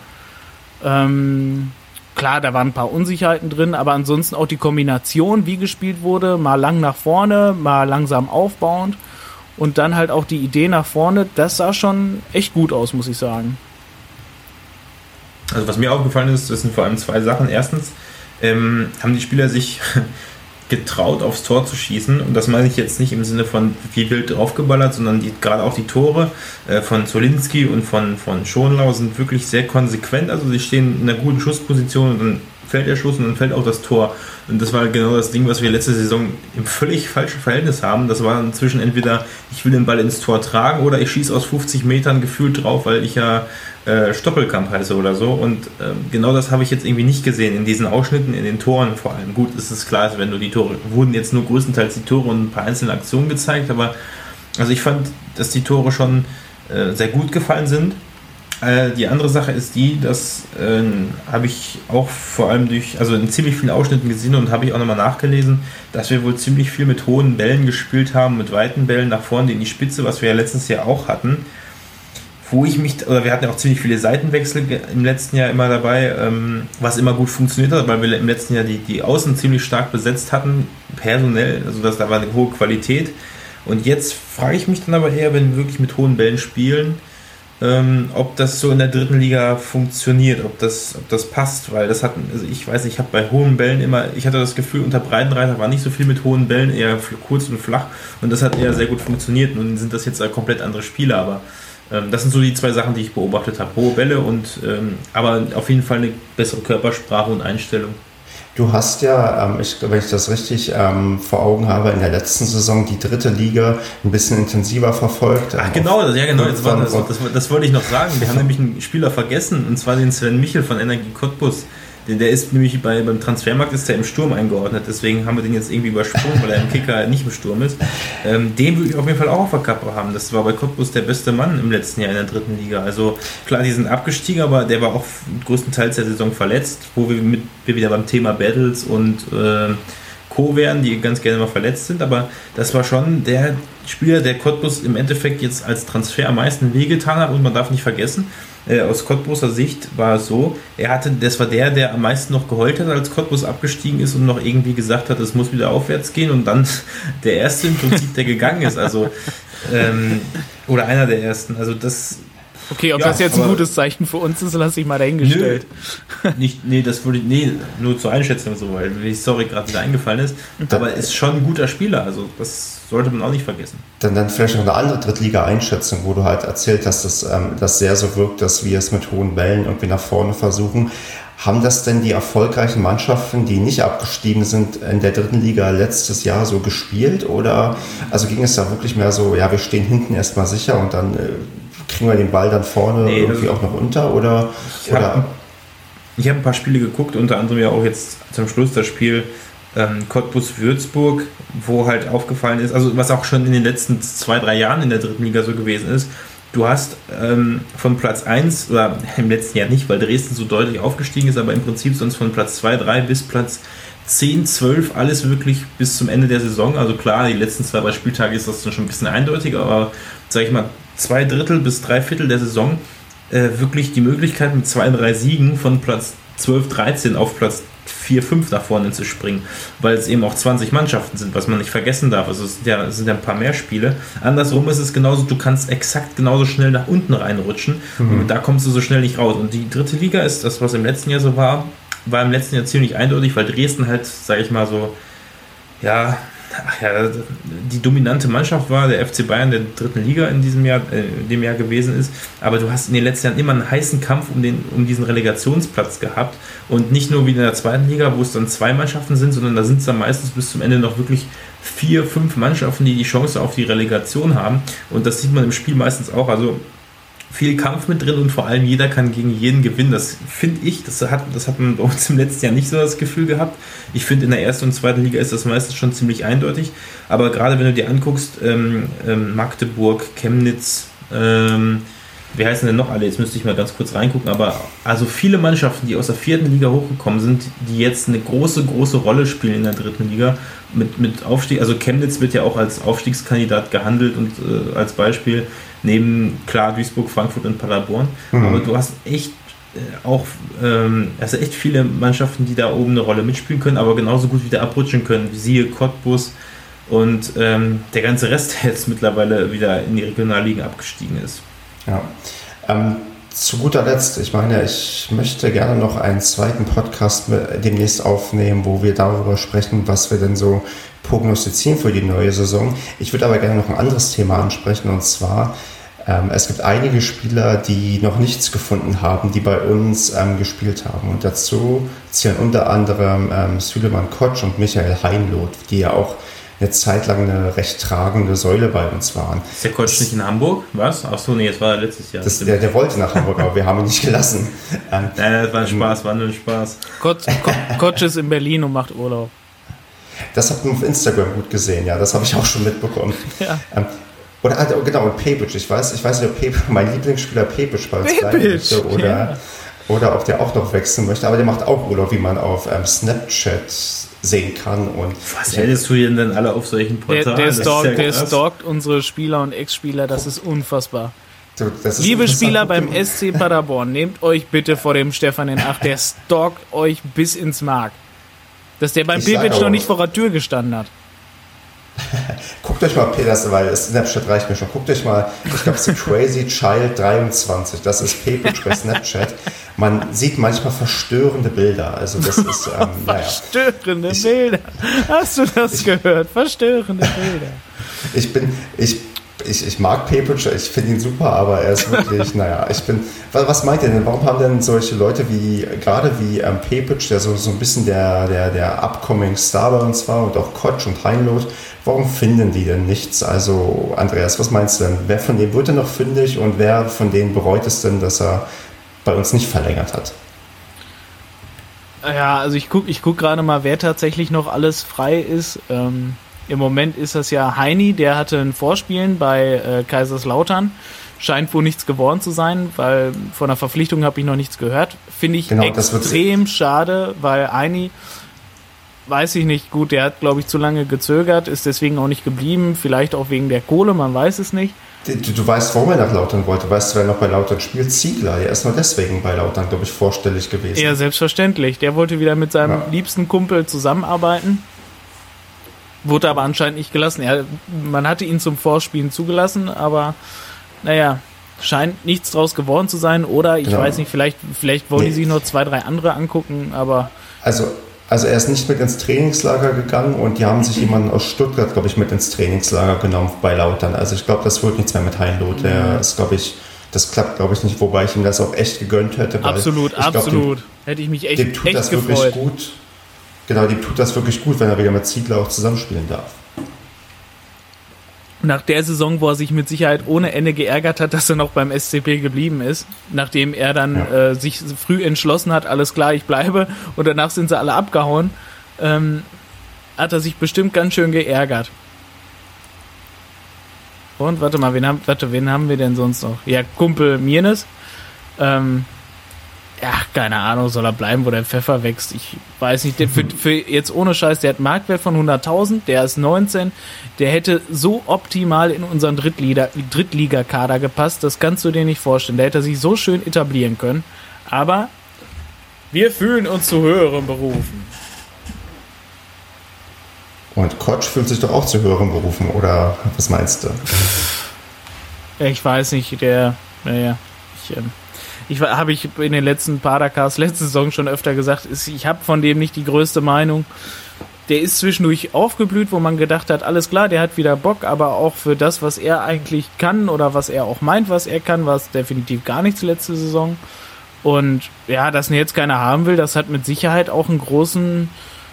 Klar, da waren ein paar Unsicherheiten drin, aber ansonsten auch die Kombination, wie gespielt wurde, mal lang nach vorne, mal langsam aufbauend und dann halt auch die Idee nach vorne, das sah schon echt gut aus, muss ich sagen. Also was mir aufgefallen ist, das sind vor allem 2 Sachen. Erstens haben die Spieler sich getraut, aufs Tor zu schießen. Und das meine ich jetzt nicht im Sinne von wie wild draufgeballert, sondern gerade auch die Tore von Zolinski und von Schonlau sind wirklich sehr konsequent. Also sie stehen in einer guten Schussposition und dann fällt der Schuss und dann fällt auch das Tor. Und das war genau das Ding, was wir letzte Saison im völlig falschen Verhältnis haben. Das war inzwischen entweder, ich will den Ball ins Tor tragen oder ich schieße aus 50 Metern gefühlt drauf, weil ich ja Stoppelkamp heiße oder so. Und genau das habe ich jetzt irgendwie nicht gesehen in diesen Ausschnitten, in den Toren vor allem. Gut, es ist klar, wenn du die Tore, wurden jetzt nur größtenteils die Tore und ein paar einzelne Aktionen gezeigt, aber also ich fand, dass die Tore schon sehr gut gefallen sind. Die andere Sache ist die, das habe ich auch vor allem in ziemlich vielen Ausschnitten gesehen und habe ich auch nochmal nachgelesen, dass wir wohl ziemlich viel mit hohen Bällen gespielt haben, mit weiten Bällen nach vorne in die Spitze, was wir ja letztes Jahr auch hatten. Wir hatten ja auch ziemlich viele Seitenwechsel im letzten Jahr immer dabei, was immer gut funktioniert hat, weil wir im letzten Jahr die Außen ziemlich stark besetzt hatten, personell, also da war eine hohe Qualität. Und jetzt frage ich mich dann aber eher, wenn wir wirklich mit hohen Bällen spielen, ob das so in der dritten Liga funktioniert, ob das passt, weil das hat, also ich weiß nicht, ich habe bei hohen Bällen ich hatte das Gefühl, unter Breitenreiter war nicht so viel mit hohen Bällen, eher kurz und flach, und das hat eher sehr gut funktioniert. Nun sind das jetzt komplett andere Spieler, aber das sind so die zwei Sachen, die ich beobachtet habe, hohe Bälle und aber auf jeden Fall eine bessere Körpersprache und Einstellung. Du hast ja, wenn ich das richtig vor Augen habe, in der letzten Saison die dritte Liga ein bisschen intensiver verfolgt. Ach genau, das wollte ich noch sagen. Wir haben nämlich einen Spieler vergessen, und zwar den Sven Michel von Energie Cottbus. Der ist nämlich beim Transfermarkt ist der im Sturm eingeordnet, deswegen haben wir den jetzt irgendwie übersprungen, weil er im Kicker nicht im Sturm ist. Den würde ich auf jeden Fall auch auf der Kappe haben. Das war bei Cottbus der beste Mann im letzten Jahr in der dritten Liga. Also klar, die sind abgestiegen, aber der war auch größtenteils der Saison verletzt, wo wir wieder beim Thema Battles und Co. wären, die ganz gerne mal verletzt sind. Aber das war schon der Spieler, der Cottbus im Endeffekt jetzt als Transfer am meisten wehgetan hat, und man darf nicht vergessen, aus Cottbuser Sicht war es so, das war der am meisten noch geheult hat, als Cottbus abgestiegen ist und noch irgendwie gesagt hat, es muss wieder aufwärts gehen, und dann der Erste im Prinzip, der gegangen ist, also oder einer der Ersten, also das... Okay, ob das jetzt ein gutes Zeichen für uns ist, lasse ich mal dahingestellt. Nur zur Einschätzung so, weil die Story gerade wieder eingefallen ist, aber ist schon ein guter Spieler, also das sollte man auch nicht vergessen. Dann vielleicht noch eine andere Drittliga-Einschätzung, wo du halt erzählt hast, dass das sehr so wirkt, dass wir es mit hohen Bällen irgendwie nach vorne versuchen. Haben das denn die erfolgreichen Mannschaften, die nicht abgestiegen sind, in der dritten Liga letztes Jahr so gespielt? Oder also ging es da wirklich mehr so, ja, wir stehen hinten erstmal sicher und dann kriegen wir den Ball dann vorne irgendwie auch noch unter? Oder ich habe ein paar Spiele geguckt, unter anderem ja auch jetzt zum Schluss das Spiel Cottbus-Würzburg, wo halt aufgefallen ist, also was auch schon in den letzten 2-3 Jahren in der dritten Liga so gewesen ist, du hast von Platz 1, oder im letzten Jahr nicht, weil Dresden so deutlich aufgestiegen ist, aber im Prinzip sonst von Platz 2, 3 bis Platz 10, 12, alles wirklich bis zum Ende der Saison. Also klar, die letzten 2-3 Spieltage ist das dann schon ein bisschen eindeutiger, aber sag ich mal, 2/3 bis 3/4 der Saison wirklich die Möglichkeit, mit 2-3 Siegen von Platz 12, 13 auf Platz 4, 5 nach vorne zu springen, weil es eben auch 20 Mannschaften sind, was man nicht vergessen darf. Also es sind ja ein paar mehr Spiele. Andersrum ist es genauso, du kannst exakt genauso schnell nach unten reinrutschen und da kommst du so schnell nicht raus. Und die dritte Liga ist das, was im letzten Jahr so war im letzten Jahr ziemlich eindeutig, weil Dresden halt, sage ich mal so, die dominante Mannschaft war, der FC Bayern der dritten Liga in dem Jahr gewesen ist, aber du hast in den letzten Jahren immer einen heißen Kampf um diesen Relegationsplatz gehabt, und nicht nur wie in der zweiten Liga, wo es dann 2 Mannschaften sind, sondern da sind es dann meistens bis zum Ende noch wirklich 4, 5 Mannschaften, die Chance auf die Relegation haben, und das sieht man im Spiel meistens auch, also viel Kampf mit drin und vor allem jeder kann gegen jeden gewinnen. Das finde ich, das hat man bei uns im letzten Jahr nicht so das Gefühl gehabt. Ich finde, in der ersten und zweiten Liga ist das meistens schon ziemlich eindeutig. Aber gerade wenn du dir anguckst, Magdeburg, Chemnitz, wie heißen denn noch alle? Jetzt müsste ich mal ganz kurz reingucken. Aber also viele Mannschaften, die aus der vierten Liga hochgekommen sind, die jetzt eine große, große Rolle spielen in der dritten Liga mit Aufstieg. Also Chemnitz wird ja auch als Aufstiegskandidat gehandelt und als Beispiel neben, klar, Duisburg, Frankfurt und Paderborn. Aber du hast echt echt viele Mannschaften, die da oben eine Rolle mitspielen können, aber genauso gut wieder abrutschen können. Siehe Cottbus und der ganze Rest, der jetzt mittlerweile wieder in die Regionalligen abgestiegen ist. Ja. Zu guter Letzt, ich meine, ich möchte gerne noch einen zweiten Podcast demnächst aufnehmen, wo wir darüber sprechen, was wir denn so prognostizieren für die neue Saison. Ich würde aber gerne noch ein anderes Thema ansprechen, und zwar es gibt einige Spieler, die noch nichts gefunden haben, die bei uns gespielt haben. Und dazu zählen unter anderem Süleyman Koç und Michael Heinloth, die ja auch eine Zeit lang eine recht tragende Säule bei uns waren. Ist der Koç nicht in Hamburg? Was? Achso, nee, das war letztes Jahr. Der wollte nach Hamburg, aber wir haben ihn nicht gelassen. Nein, das war ein Spaß, war nur ein Spaß. Koç ist in Berlin und macht Urlaub. Das hat man auf Instagram gut gesehen, ja, das habe ich auch schon mitbekommen. Ja. Genau, und Pepic, ich weiß nicht, ob mein Lieblingsspieler Pepic bei uns bleiben möchte oder ob der auch noch wechseln möchte, aber der macht auch Urlaub, wie man auf Snapchat sehen kann. Und was hättest du denn alle auf solchen Portalen? Der stalkt unsere Spieler und Ex-Spieler, das ist unfassbar. Liebe Spieler beim SC Paderborn, nehmt euch bitte vor dem Stefan in Acht, der stalkt euch bis ins Mark. Dass der beim Pepic noch nicht vor der Tür gestanden hat. Guckt euch mal, Peters, weil Snapchat reicht mir schon. Guckt euch mal, ich glaube, es ist Crazy Child 23. Das ist Pepic bei Snapchat. Man sieht manchmal verstörende Bilder. Also das ist, Verstörende Bilder. Hast du das gehört? Verstörende Bilder. Ich mag Pepic, ich finde ihn super, aber er ist wirklich, was meint ihr denn? Warum haben denn solche Leute wie Pepic, der so ein bisschen der upcoming Star bei uns war, und auch Kotsch und Heinloth, warum finden die denn nichts? Also Andreas, was meinst du denn? Wer von denen wird denn noch fündig und wer von denen bereut es denn, dass er bei uns nicht verlängert hat? Ja, also ich guck gerade mal, wer tatsächlich noch alles frei ist. Im Moment ist das ja Heini, der hatte ein Vorspielen bei Kaiserslautern. Scheint wohl nichts geworden zu sein, weil von der Verpflichtung habe ich noch nichts gehört. Finde ich extrem schade, weil Heini, weiß ich nicht, gut, der hat, glaube ich, zu lange gezögert, ist deswegen auch nicht geblieben. Vielleicht auch wegen der Kohle, man weiß es nicht. Du weißt, warum er nach Lautern wollte. Weißt du, wer noch bei Lautern spielt? Ziegler. Der ist nur deswegen bei Lautern, glaube ich, vorstellig gewesen. Ja, selbstverständlich. Der wollte wieder mit seinem liebsten Kumpel zusammenarbeiten. Wurde aber anscheinend nicht gelassen. Man hatte ihn zum Vorspielen zugelassen, aber scheint nichts draus geworden zu sein. Oder ich weiß nicht, vielleicht wollen die sich noch 2, 3 andere angucken, aber... Also er ist nicht mit ins Trainingslager gegangen und die haben sich jemanden aus Stuttgart, glaube ich, mit ins Trainingslager genommen bei Lautern. Also ich glaube, das wird nichts mehr mit Heinloth. Der ist, glaube ich, das klappt, glaube ich, nicht, wobei ich ihm das auch echt gegönnt hätte. Weil absolut. Hätte ich mich echt gefreut. Wirklich gut. Genau, dem tut das wirklich gut, wenn er wieder mit Ziegler auch zusammenspielen darf. Nach der Saison, wo er sich mit Sicherheit ohne Ende geärgert hat, dass er noch beim SCP geblieben ist, nachdem er dann sich früh entschlossen hat, alles klar, ich bleibe, und danach sind sie alle abgehauen, hat er sich bestimmt ganz schön geärgert. Und warte mal, wen haben wir denn sonst noch? Ja, Kumpel Mirnes. Keine Ahnung, soll er bleiben, wo der Pfeffer wächst. Ich weiß nicht, für jetzt ohne Scheiß, der hat Marktwert von 100.000, der ist 19, der hätte so optimal in unseren Drittligakader gepasst, das kannst du dir nicht vorstellen. Der hätte sich so schön etablieren können. Aber wir fühlen uns zu höheren Berufen. Und Kotsch fühlt sich doch auch zu höheren Berufen, oder was meinst du? Ich weiß nicht, ich in den letzten Padercasts letzte Saison schon öfter gesagt, ich habe von dem nicht die größte Meinung. Der ist zwischendurch aufgeblüht, wo man gedacht hat, alles klar, der hat wieder Bock, aber auch für das, was er eigentlich kann oder was er auch meint, was er kann, war es definitiv gar nichts letzte Saison. Und ja, dass ihn jetzt keiner haben will, das hat mit Sicherheit auch einen großen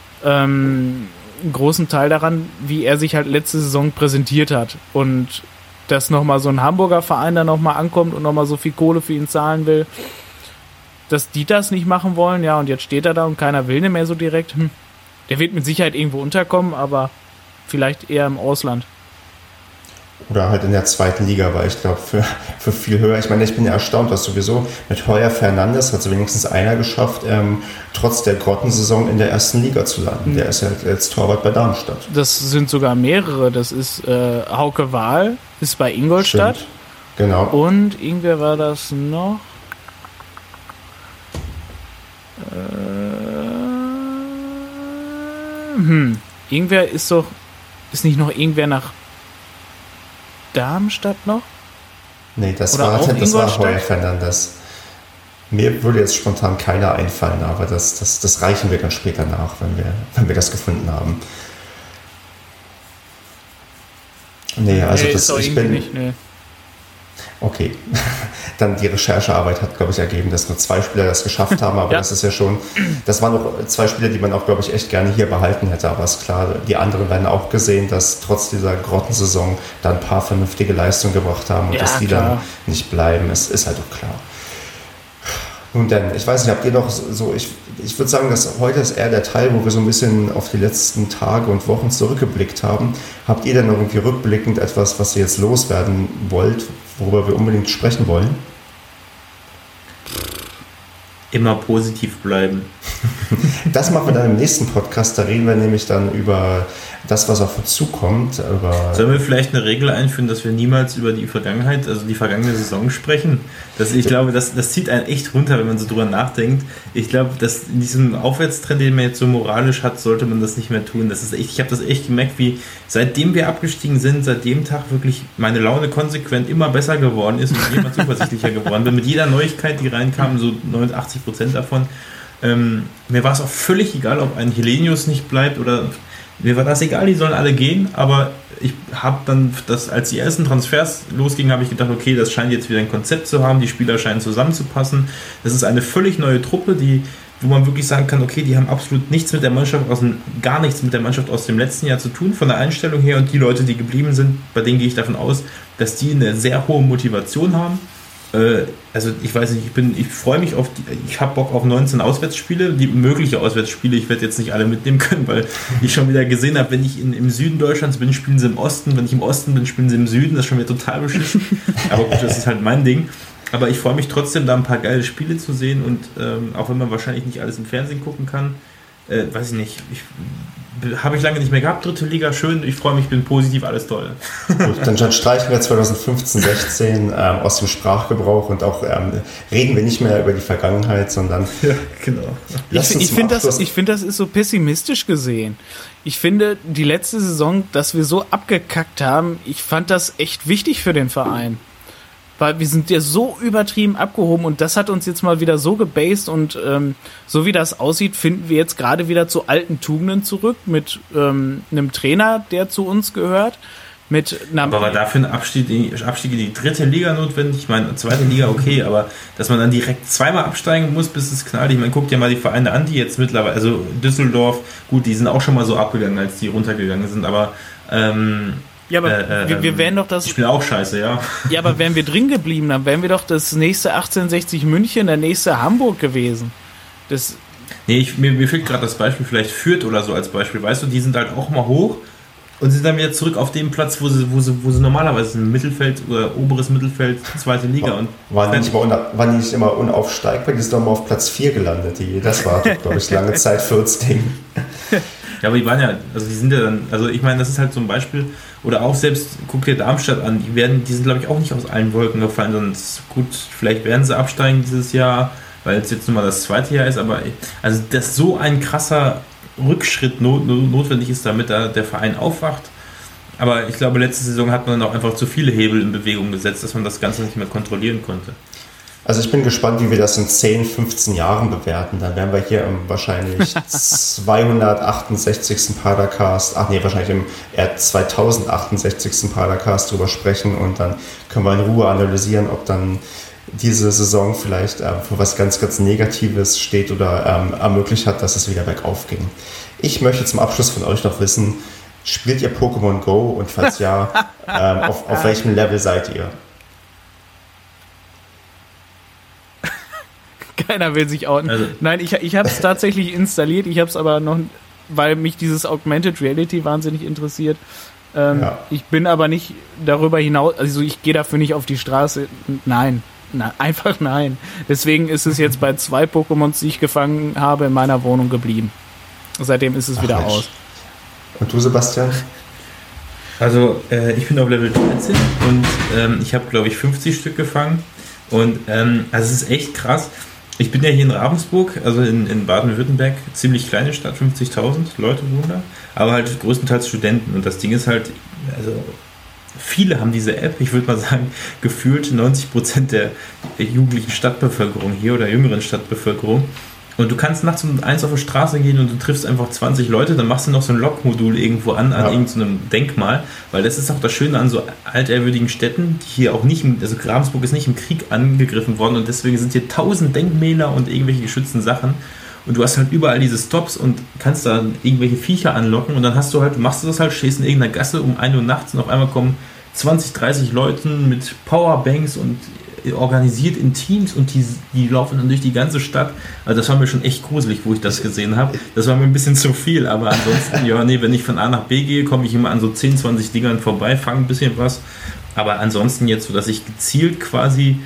Teil daran, wie er sich halt letzte Saison präsentiert hat. Und dass nochmal so ein Hamburger Verein da nochmal ankommt und nochmal so viel Kohle für ihn zahlen will, dass die das nicht machen wollen, ja, und jetzt steht er da und keiner will ihn mehr so direkt. Der wird mit Sicherheit irgendwo unterkommen, aber vielleicht eher im Ausland. Oder halt in der zweiten Liga, weil ich glaube, für viel höher. Ich meine, ich bin ja erstaunt, dass sowieso mit Heuer Fernandes hat es wenigstens einer geschafft, trotz der Grottensaison in der ersten Liga zu landen. Der ist ja jetzt Torwart bei Darmstadt. Das sind sogar mehrere. Das ist Hauke Wahl, ist bei Ingolstadt. Stimmt. Genau. Und irgendwer war das noch? Irgendwer ist nicht noch irgendwer nach Darmstadt noch? Nee, das war Heuer Fernandes. Mir würde jetzt spontan keiner einfallen, aber das reichen wir dann später nach, wenn wir das gefunden haben. Nee, also ich bin nicht. Nee. Okay, dann die Recherchearbeit hat, glaube ich, ergeben, dass nur 2 Spieler das geschafft haben, aber das ist ja schon, das waren noch 2 Spieler, die man auch, glaube ich, echt gerne hier behalten hätte, aber ist klar, die anderen werden auch gesehen, dass trotz dieser Grottensaison da ein paar vernünftige Leistungen gebracht haben und dass die dann nicht bleiben, ist halt auch klar. Nun denn, ich weiß nicht, habt ihr noch so, ich würde sagen, dass heute ist eher der Teil, wo wir so ein bisschen auf die letzten Tage und Wochen zurückgeblickt haben. Habt ihr denn noch irgendwie rückblickend etwas, was ihr jetzt loswerden wollt, worüber wir unbedingt sprechen wollen? Immer positiv bleiben. Das machen wir dann im nächsten Podcast, da reden wir nämlich dann über das, was auf uns zukommt. Sollen wir vielleicht eine Regel einführen, dass wir niemals über die Vergangenheit, also die vergangene Saison sprechen? Ich glaube, das zieht einen echt runter, wenn man so drüber nachdenkt. Ich glaube, dass in diesem Aufwärtstrend, den man jetzt so moralisch hat, sollte man das nicht mehr tun. Das ist echt, ich habe das echt gemerkt, wie seitdem wir abgestiegen sind, seit dem Tag wirklich meine Laune konsequent immer besser geworden ist und ich immer zuversichtlicher geworden bin. Mit jeder Neuigkeit, die reinkam, so 89% davon. Mir war es auch völlig egal, ob ein Hellenius nicht bleibt oder mir war das egal, die sollen alle gehen, aber ich habe dann, als die ersten Transfers losgingen, habe ich gedacht, okay, das scheint jetzt wieder ein Konzept zu haben, die Spieler scheinen zusammenzupassen. Das ist eine völlig neue Truppe, wo man wirklich sagen kann, okay, die haben absolut nichts mit der Mannschaft gar nichts mit der Mannschaft aus dem letzten Jahr zu tun, von der Einstellung her, und die Leute, die geblieben sind, bei denen gehe ich davon aus, dass die eine sehr hohe Motivation haben. Also ich weiß nicht, ich freue mich ich habe Bock auf 19 Auswärtsspiele, die mögliche Auswärtsspiele, ich werde jetzt nicht alle mitnehmen können, weil ich schon wieder gesehen habe, wenn ich im Süden Deutschlands bin, spielen sie im Osten, wenn ich im Osten bin, spielen sie im Süden, das ist schon wieder total beschissen, aber gut, das ist halt mein Ding. Aber ich freue mich trotzdem, da ein paar geile Spiele zu sehen, und auch wenn man wahrscheinlich nicht alles im Fernsehen gucken kann, weiß ich nicht, habe ich lange nicht mehr gehabt, dritte Liga, schön, ich freue mich, bin positiv, alles toll. Gut, dann streichen wir 2015-16 aus dem Sprachgebrauch und auch reden wir nicht mehr über die Vergangenheit, sondern... Ja, genau. Ich finde, das ist so pessimistisch gesehen. Ich finde, die letzte Saison, dass wir so abgekackt haben, ich fand das echt wichtig für den Verein. Weil wir sind ja so übertrieben abgehoben, und das hat uns jetzt mal wieder so gebased, und so wie das aussieht, finden wir jetzt gerade wieder zu alten Tugenden zurück mit einem Trainer, der zu uns gehört. Aber war dafür ein Abstieg in die dritte Liga notwendig? Ich meine, zweite Liga okay, aber dass man dann direkt zweimal absteigen muss, bis es knallt. Ich meine, guckt ja mal die Vereine an, die jetzt mittlerweile, also Düsseldorf, gut, die sind auch schon mal so abgegangen, als die runtergegangen sind, aber ja, aber wir wären doch das... Ich bin auch scheiße, ja. Ja, aber wären wir drin geblieben, dann wären wir doch das nächste 1860 München, der nächste Hamburg gewesen. Mir fehlt gerade das Beispiel, vielleicht Fürth oder so als Beispiel. Weißt du, die sind halt auch mal hoch und sind dann wieder zurück auf dem Platz, wo sie normalerweise sind, Mittelfeld oder oberes Mittelfeld, zweite Liga. Und waren die nicht immer unaufsteigbar? Die sind doch mal auf Platz 4 gelandet. Das war, glaube ich, lange Zeit für uns Ding. Ja, aber die sind ja dann, also ich meine, das ist halt so ein Beispiel, oder auch selbst, guck dir Darmstadt an, die sind, glaube ich, auch nicht aus allen Wolken gefallen, sondern gut, vielleicht werden sie absteigen dieses Jahr, weil es jetzt nun mal das zweite Jahr ist, aber also dass so ein krasser Rückschritt notwendig ist, damit da der Verein aufwacht. Aber ich glaube, letzte Saison hat man dann auch einfach zu viele Hebel in Bewegung gesetzt, dass man das Ganze nicht mehr kontrollieren konnte. Also ich bin gespannt, wie wir das in 10, 15 Jahren bewerten. Dann werden wir hier im wahrscheinlich 268. Padercast, wahrscheinlich im 2068. Padercast drüber sprechen, und dann können wir in Ruhe analysieren, ob dann diese Saison vielleicht für was ganz, ganz Negatives steht oder ermöglicht hat, dass es wieder bergauf ging. Ich möchte zum Abschluss von euch noch wissen, spielt ihr Pokémon Go, und falls ja, auf welchem Level seid ihr? Keiner will sich outen. Also. Nein, ich habe es tatsächlich installiert, ich habe es aber noch, weil mich dieses Augmented Reality wahnsinnig interessiert. Ich bin aber nicht darüber hinaus, also ich gehe dafür nicht auf die Straße. Nein, einfach nein. Deswegen ist es jetzt bei 2 Pokémons, die ich gefangen habe, in meiner Wohnung geblieben. Seitdem ist es wieder aus. Und du, Sebastian? Also ich bin auf Level 13 und ich habe, glaube ich, 50 Stück gefangen. Und also es ist echt krass. Ich bin ja hier in Ravensburg, also in Baden-Württemberg, ziemlich kleine Stadt, 50.000 Leute wohnen da, aber halt größtenteils Studenten. Und das Ding ist halt, also viele haben diese App, ich würde mal sagen, gefühlt 90% der jugendlichen Stadtbevölkerung hier oder jüngeren Stadtbevölkerung. Und du kannst nachts um 1 auf die Straße gehen und du triffst einfach 20 Leute, dann machst du noch so ein Log-Modul irgendwo an irgendeinem Denkmal, weil das ist auch das Schöne an so altehrwürdigen Städten, die hier auch nicht, also Ravensburg ist nicht im Krieg angegriffen worden, und deswegen sind hier 1000 Denkmäler und irgendwelche geschützten Sachen, und du hast halt überall diese Stops und kannst da irgendwelche Viecher anlocken, und dann machst du das halt, stehst in irgendeiner Gasse um 1 Uhr nachts und auf einmal kommen 20, 30 Leute mit Powerbanks und organisiert in Teams, und die laufen dann durch die ganze Stadt. Also das war mir schon echt gruselig, wo ich das gesehen habe. Das war mir ein bisschen zu viel, aber ansonsten, wenn ich von A nach B gehe, komme ich immer an so 10, 20 Dingern vorbei, fange ein bisschen was. Aber ansonsten jetzt so, dass ich gezielt quasi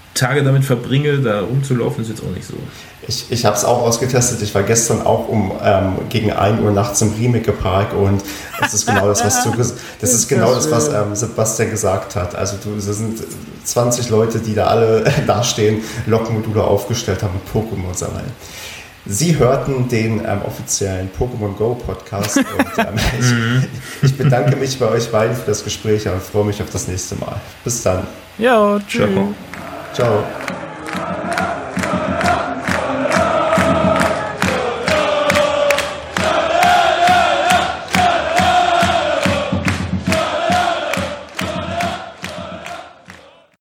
Tage damit verbringe, da rumzulaufen, ist jetzt auch nicht so. Ich habe es auch ausgetestet. Ich war gestern auch gegen 1 Uhr nachts im Riemeke-Park und das ist genau das, was Sebastian gesagt hat. Also es sind 20 Leute, die da alle dastehen, Lokmodule aufgestellt haben und Pokémon sammeln. Sie hörten den offiziellen Pokémon Go Podcast und ich bedanke mich bei euch beiden für das Gespräch und freue mich auf das nächste Mal. Bis dann. Ja, tschüss. Ciao. Ciao.